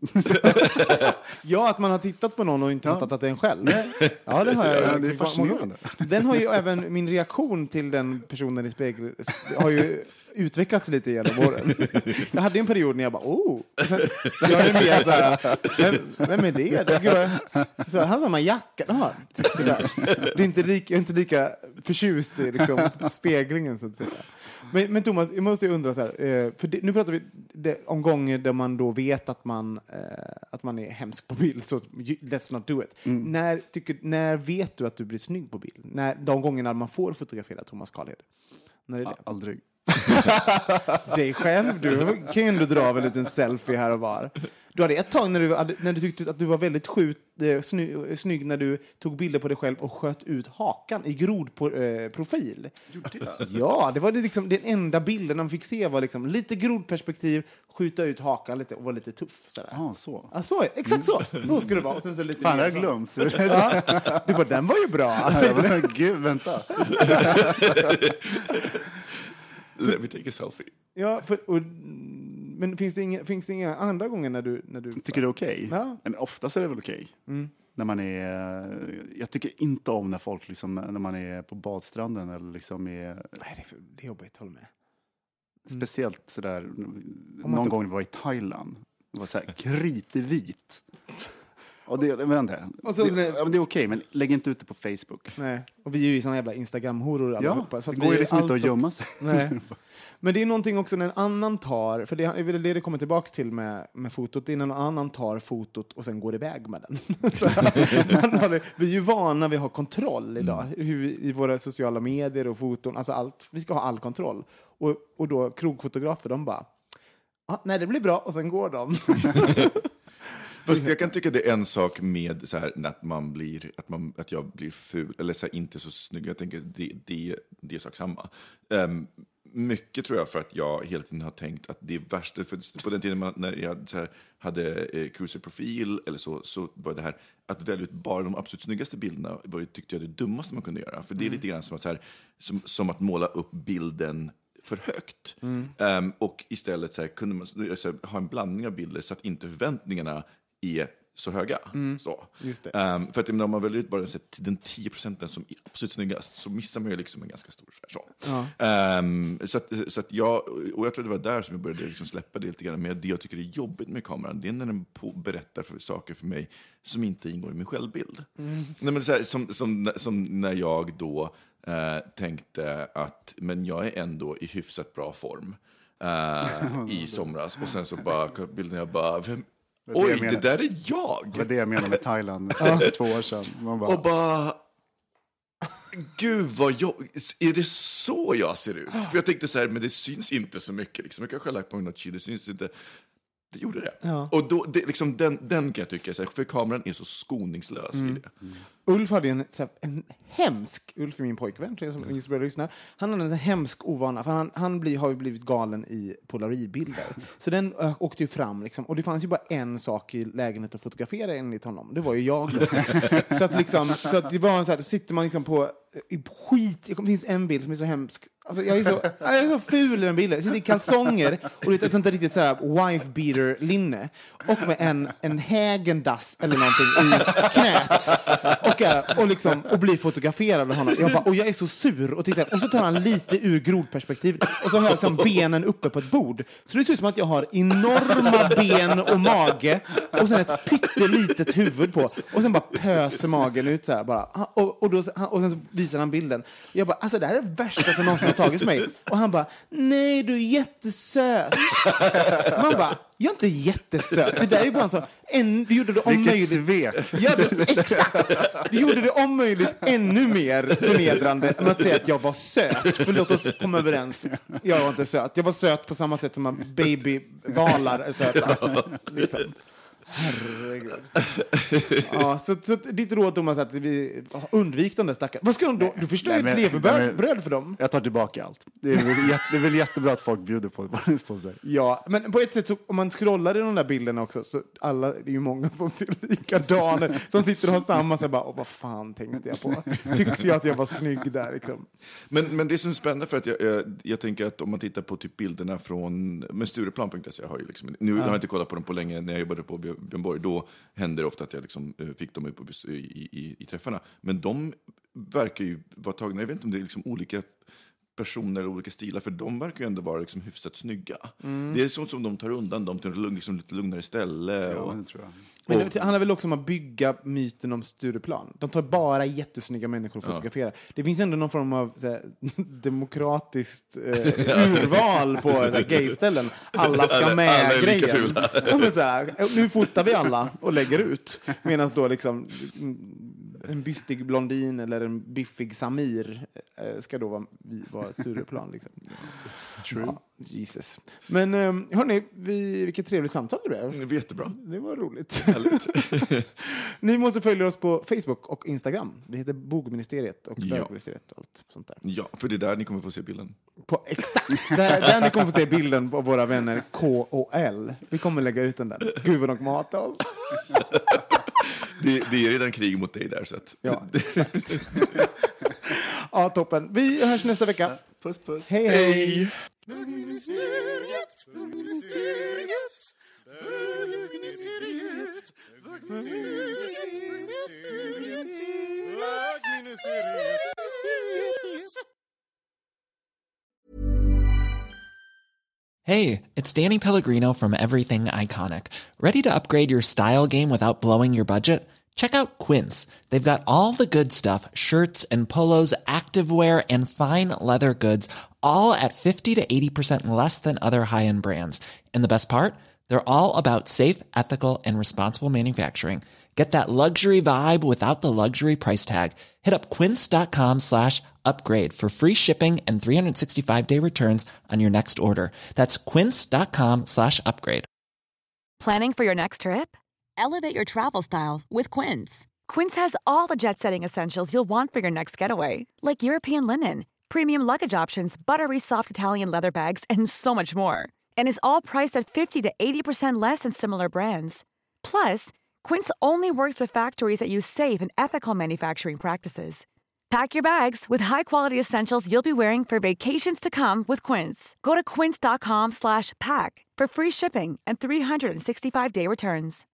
Ja, att man har tittat på någon och inte fattat att det är en själv. Ja, det har jag. Det är fascinerande. Den har ju även, min reaktion till den personen i spegel har ju utvecklats lite genom åren. Jag hade en period när jag bara, sen, jag är mer så här, vem är det? Så han har samma jacka. Typ sådär. Det är inte lika förtjust i liksom, speglingen, så att säga. Men Thomas, jag måste ju undra så här, för nu pratar vi om gånger där man då vet att man är hemsk på bild, så let's not do it. När vet du att du blir snygg på bild? De gångerna man får fotografera Thomas Karlhed? När är det? Aldrig. Dig själv, du kan ju ändå dra av en liten selfie här och var. Du hade ett tag när du tyckte att du var väldigt snygg när du tog bilder på dig själv och sköt ut hakan i grodprofil. Ja, det var liksom den enda bilden man fick se var liksom lite grodperspektiv, skjuta ut hakan lite och vara lite tuff sådär. Så. Exakt så. Så skulle det vara. Och sen så lite fan, jag har glömt. Du bara, den var ju bra. Gud, vänta. Let me take a selfie. Ja, men finns det inga andra gånger när du tycker det är okej? Ja. Men oftast är det väl okej. När man är, jag tycker inte om när folk liksom, när man är på badstranden eller liksom är... Nej, det är jobbigt, håll med. Speciellt sådär, någon gång var i Thailand. Det var så här kritvit. Och det är okej, men lägg inte ut det på Facebook. Nej, och vi är ju såna jävla Instagram-horor allihopa. Så det går ju liksom inte att gömma sig. Nej. Men det är någonting också när en annan tar, för det är det kommer tillbaka till med fotot, det är när någon annan tar fotot och sen går iväg med den. Vi är ju vana vid att ha kontroll idag, i våra sociala medier och foton, alltså allt. Vi ska ha all kontroll. Och då krogfotografer, de bara, nej det blir bra, och sen går de. Fast jag kan tycka det är en sak med så här, att jag blir ful eller så här, inte så snygg. Jag tänker det är sak samma. Mycket tror jag för att jag hela tiden har tänkt att det är värsta, för på den tiden när jag så här, hade cruiserprofil eller så var det här att välja ut bara de absolut snyggaste bilderna tyckte jag det dummaste man kunde göra. För det är lite grann som att, så här, som att måla upp bilden för högt. Och istället så här, kunde man så här, ha en blandning av bilder så att inte förväntningarna är så höga. Så. Just det. För att om man väljer ut bara den 10% som är absolut snyggast så missar man ju liksom en ganska stor så. Ja. Så att jag tror det var där som jag började liksom släppa det lite grann. Men det jag tycker är jobbigt med kameran, det är när den berättar saker för mig som inte ingår i min självbild. Nej, men så här, som när jag då tänkte att men jag är ändå i hyfsat bra form i somras. Och sen så bara bilden jag bara... Oj, det där är jag! Det var det jag menade med Thailand 2 år sedan. Man bara... Och bara... Gud, vad är det så jag ser ut? För jag tänkte så här, men det syns inte så mycket. Liksom. Jag kanske har lagt på något det syns inte. Det gjorde det. Ja. Och då, liksom, den kan jag tycka, så här, för kameran är så skoningslös i det. Ulf hade en hemsk, Ulf är min pojkvän, som just började lyssna. Han hade en hemsk ovana, för han har ju blivit galen i polaroidbilder. Så den åkte ju fram, liksom, och det fanns ju bara en sak i lägenheten att fotografera enligt honom. Det var ju jag. så att det var så här, då sitter man liksom på skit. Det finns en bild som är så hemsk. Alltså, jag är så ful i den bilden. Jag sitter i kalsonger och det är ett sånt där riktigt så här wife beater linne och med en Hägendass eller någonting i knät och blir fotograferad av honom. Och jag är så sur och tittar, och så tar han lite ur grodperspektiv och så har jag liksom benen uppe på ett bord. Så det ser ut som att jag har enorma ben och mage och sen ett pyttelitet huvud på och sen bara pöser magen ut så här bara. Och sen så visar han bilden. Jag bara, alltså det här är det värsta som någonsin har tagits mig. Och han bara, nej du är jättesöt. Man bara, jag är inte jättesöt. Det där är ju bara så, du gjorde det omöjligt. Svek. Ja, exakt. Du gjorde det omöjligt ännu mer förnedrande än att säga att jag var söt. För låt oss komma överens. Jag var inte söt. Jag var söt på samma sätt som babyvalar är söta. Liksom. Herregud. Ja, så ditt råd, Thomas, att vi undvik de där stackar. Vad ska de då? Du förstår ju ett leverbröd för dem. Jag tar tillbaka allt. Det är väl jättebra att folk bjuder på sig. Ja, men på ett sätt så, om man scrollar i de där bilderna också, så det är ju många som ser likadana, som sitter och har samma, så bara, vad fan tänkte jag på? Tyckte jag att jag var snygg där liksom. Men det som är spännande, för att jag tänker att om man tittar på typ bilderna från Stureplan.se, har ju liksom, nu har jag inte kollat på dem på länge, när jag jobbade på Björn Borg, då hände det ofta att jag liksom fick dem upp i träffarna. Men de verkar ju vara tagna, jag vet inte om det är liksom olika personer och olika stilar, för de verkar ju ändå vara liksom hyfsat snygga. Det är sånt som de tar undan dem till liksom lite lugnare ställe. Ja, det tror jag. Men det handlar väl också om att bygga myten om Stureplan. De tar bara jättesnygga människor att fotografera. Det finns ändå någon form av demokratiskt urval på gayställen. Alla ska med grejen. Nu fotar vi alla och lägger ut. Medan då liksom en bystig blondin eller en biffig Samir ska då vara Stureplan. Liksom. True. Ja, Jesus. Men hörni, vilket trevligt samtal det blev. Jättebra. Det var roligt. Ni måste följa oss på Facebook och Instagram. Vi heter Bogministeriet och Bögministeriet och allt sånt där. Ja, för det är där ni kommer få se bilden. Exakt, där ni kommer få se bilden på våra vänner K och L. Vi kommer lägga ut den där. Gud vad de kommer hata oss. Det är redan krig mot dig där. Så att... Ja, exakt. Ja, toppen. Vi hörs nästa vecka. Puss, puss. Hej, hej. Hey, it's Danny Pellegrino from Everything Iconic. Ready to upgrade your style game without blowing your budget? Check out Quince. They've got all the good stuff, shirts and polos, activewear, and fine leather goods, all at 50 to 80% less than other high-end brands. And the best part? They're all about safe, ethical, and responsible manufacturing. Get that luxury vibe without the luxury price tag. Hit up quince.com/upgrade for free shipping and 365-day returns on your next order. That's quince.com/upgrade. Planning for your next trip? Elevate your travel style with Quince. Quince has all the jet-setting essentials you'll want for your next getaway, like European linen, premium luggage options, buttery soft Italian leather bags, and so much more. And is all priced at 50 to 80% less than similar brands. Plus, Quince only works with factories that use safe and ethical manufacturing practices. Pack your bags with high-quality essentials you'll be wearing for vacations to come with Quince. Go to quince.com/pack for free shipping and 365-day returns.